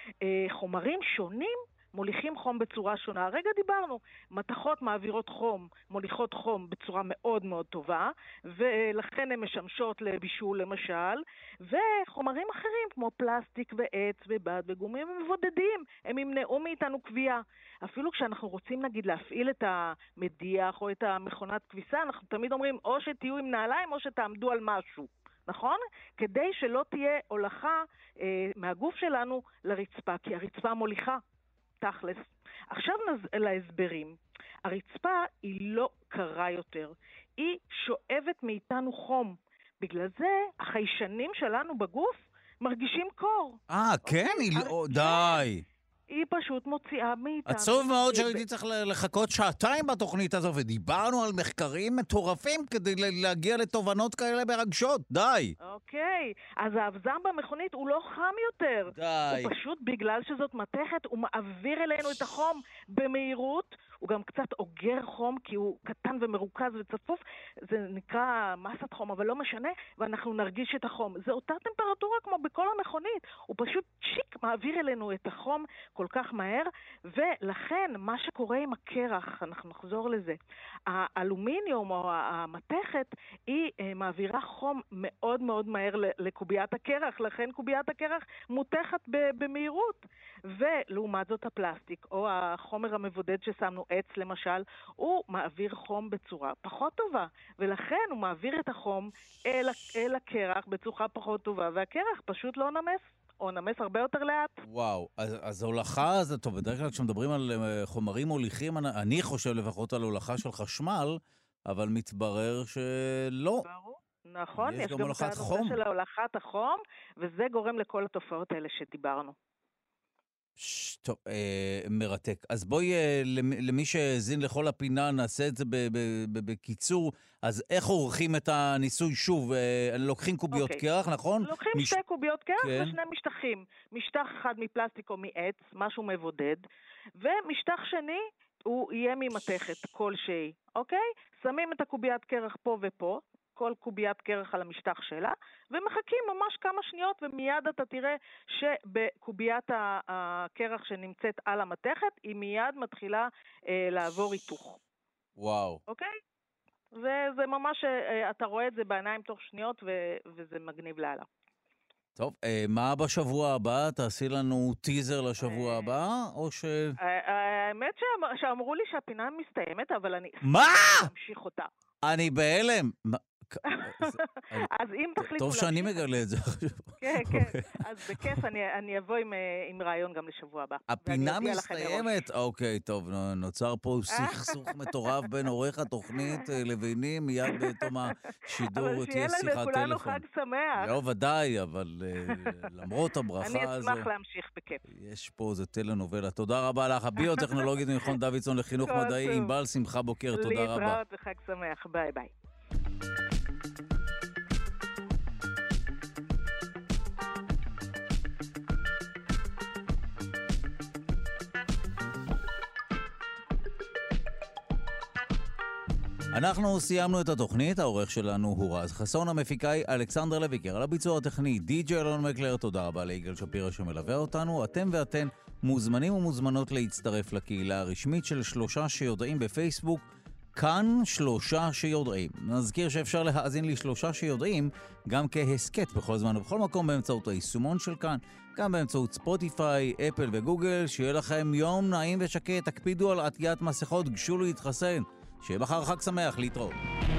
חומרים שונים מוליכים חום בצורה שונה. הרגע דיברנו, מתכות מעבירות חום, מוליכות חום בצורה מאוד מאוד טובה, ולכן הן משמשות לבישול למשל, וחומרים אחרים כמו פלסטיק ועץ ובד וגומים הם מבודדים, הם ימנעו מאיתנו כבייה. אפילו כשאנחנו רוצים נגיד להפעיל את המדיח או את המכונת כביסה, אנחנו תמיד אומרים או שתהיו עם נעליים או שתעמדו על משהו. נכון? כדי שלא תהיה הולכה מהגוף שלנו לרצפה, כי הרצפה מוליכה, תכלס. עכשיו להסברים. הרצפה היא לא קרה יותר. היא שואבת מאיתנו חום. בגלל זה החיישנים שלנו בגוף מרגישים קור. כן? די. היא פשוט מוציאה מאיתנו. עצוב מאוד שהייתי צריך לחכות שעתיים בתוכנית הזו, ודיברנו על מחקרים מטורפים כדי להגיע לתובנות כאלה מרגשות. די. אוקיי, אז האבזם במכונית הוא לא חם יותר. די. הוא פשוט בגלל שזאת מתכת, הוא מעביר אלינו את החום במהירות. הוא גם קצת אוגר חום, כי הוא קטן ומרוכז וצפוף. זה נקרא מסת חום, אבל לא משנה, ואנחנו נרגיש את החום. זה אותה טמפרטורה כמו בכל המכונית. הוא פשוט שיק מעביר אלינו את החום כל כך מהר, ולכן מה שקורה עם הקרח, אנחנו נחזור לזה, האלומיניום או המתכת, היא מעבירה חום מאוד מאוד מהר לקוביית הקרח, לכן קוביית הקרח מותחת במהירות. ולעומת זאת הפלסטיק, או החומר המבודד ששמנו, עץ למשל, הוא מעביר חום בצורה פחות טובה, ולכן הוא מעביר את החום אל הקרח בצורה פחות טובה, והקרח פשוט לא נמס. או נמס הרבה יותר לאט. וואו, אז ההולכה, זה טוב, בדרך כלל כשמדברים על חומרים מוליכים, אני חושב לפחות על הולכה של חשמל, אבל מתברר שלא. ברור, נכון, יש גם גם את הנושא של הולכת החום, וזה גורם לכל התופעות האלה שדיברנו. טוב, מרתק. אז בואי, למי שהזין לכל הפינה, נעשה את זה בקיצור. אז איך עורכים את הניסוי שוב? לוקחים קוביות קרח, נכון? לוקחים 2 קוביות קרח ושני משטחים. משטח אחד מפלסטיק או מעץ, משהו מבודד, ומשטח שני הוא יהיה ממתכת כלשהי, אוקיי? שמים את הקוביית קרח פה ופה, כל קוביית קרח על המשטח שלה, ומחכים ממש כמה שניות, ומיד אתה תראה שבקוביית הקרח שנמצאת על המתכת, היא מיד מתחילה לעבור היתוך. וואו. אוקיי? וזה ממש, אתה רואה את זה בעיניים תוך שניות, וזה מגניב לאללה. טוב, מה בשבוע הבא? תעשי לנו טיזר לשבוע הבא, או ש... האמת שאמרו לי שהפינה מסתיימת, אבל אני... מה? אמשיך אותה. אני בהלם. אז אם תחליטו... טוב שאני מגלה את זה. כן, כן. אז בכיף, אני אבוא עם רעיון גם לשבוע הבא. הפינה מסתיימת? אוקיי, טוב, נוצר פה סכסוך מטורף בין עורך התוכנית לביני, מיד בתום השידור תהיה שיחת טלפון. אבל שיהיה לכולנו חג שמח. לא, ודאי, אבל למרות הברכה הזו... אני אשמח להמשיך בכיף. יש פה איזה טלנובלה. תודה רבה לך. הביוטכנולוגית ממכון דוידסון לחינוך מדעי, ענבל שמחה בוקר, תודה רבה. להתראות וחג שמח, ביי ביי. אנחנו סיימנו את התוכנית, העורך שלנו הוא רז חסון, המפיקה היא אלכסנדר לויקר, על הביצוע הטכני די.ג'יי אלון מקלר, תודה רבה ליגאל שפירא שמלווה אותנו, אתם ואתן מוזמנים ומוזמנות להצטרף לקהילה הרשמית של 3 שיודעים בפייסבוק, כאן 3 שיודעים. נזכיר שאפשר להאזין לי 3 שיודעים גם כהסקט בכל זמן ובכל מקום באמצעות היישומון של כאן, גם באמצעות ספוטיפיי, אפל וגוגל. שיהיה לכם יום נעים ושקט, תקפידו על עטיית מסכות, גשו להתחסן. שיהיה מחר חג שמח, להתראות.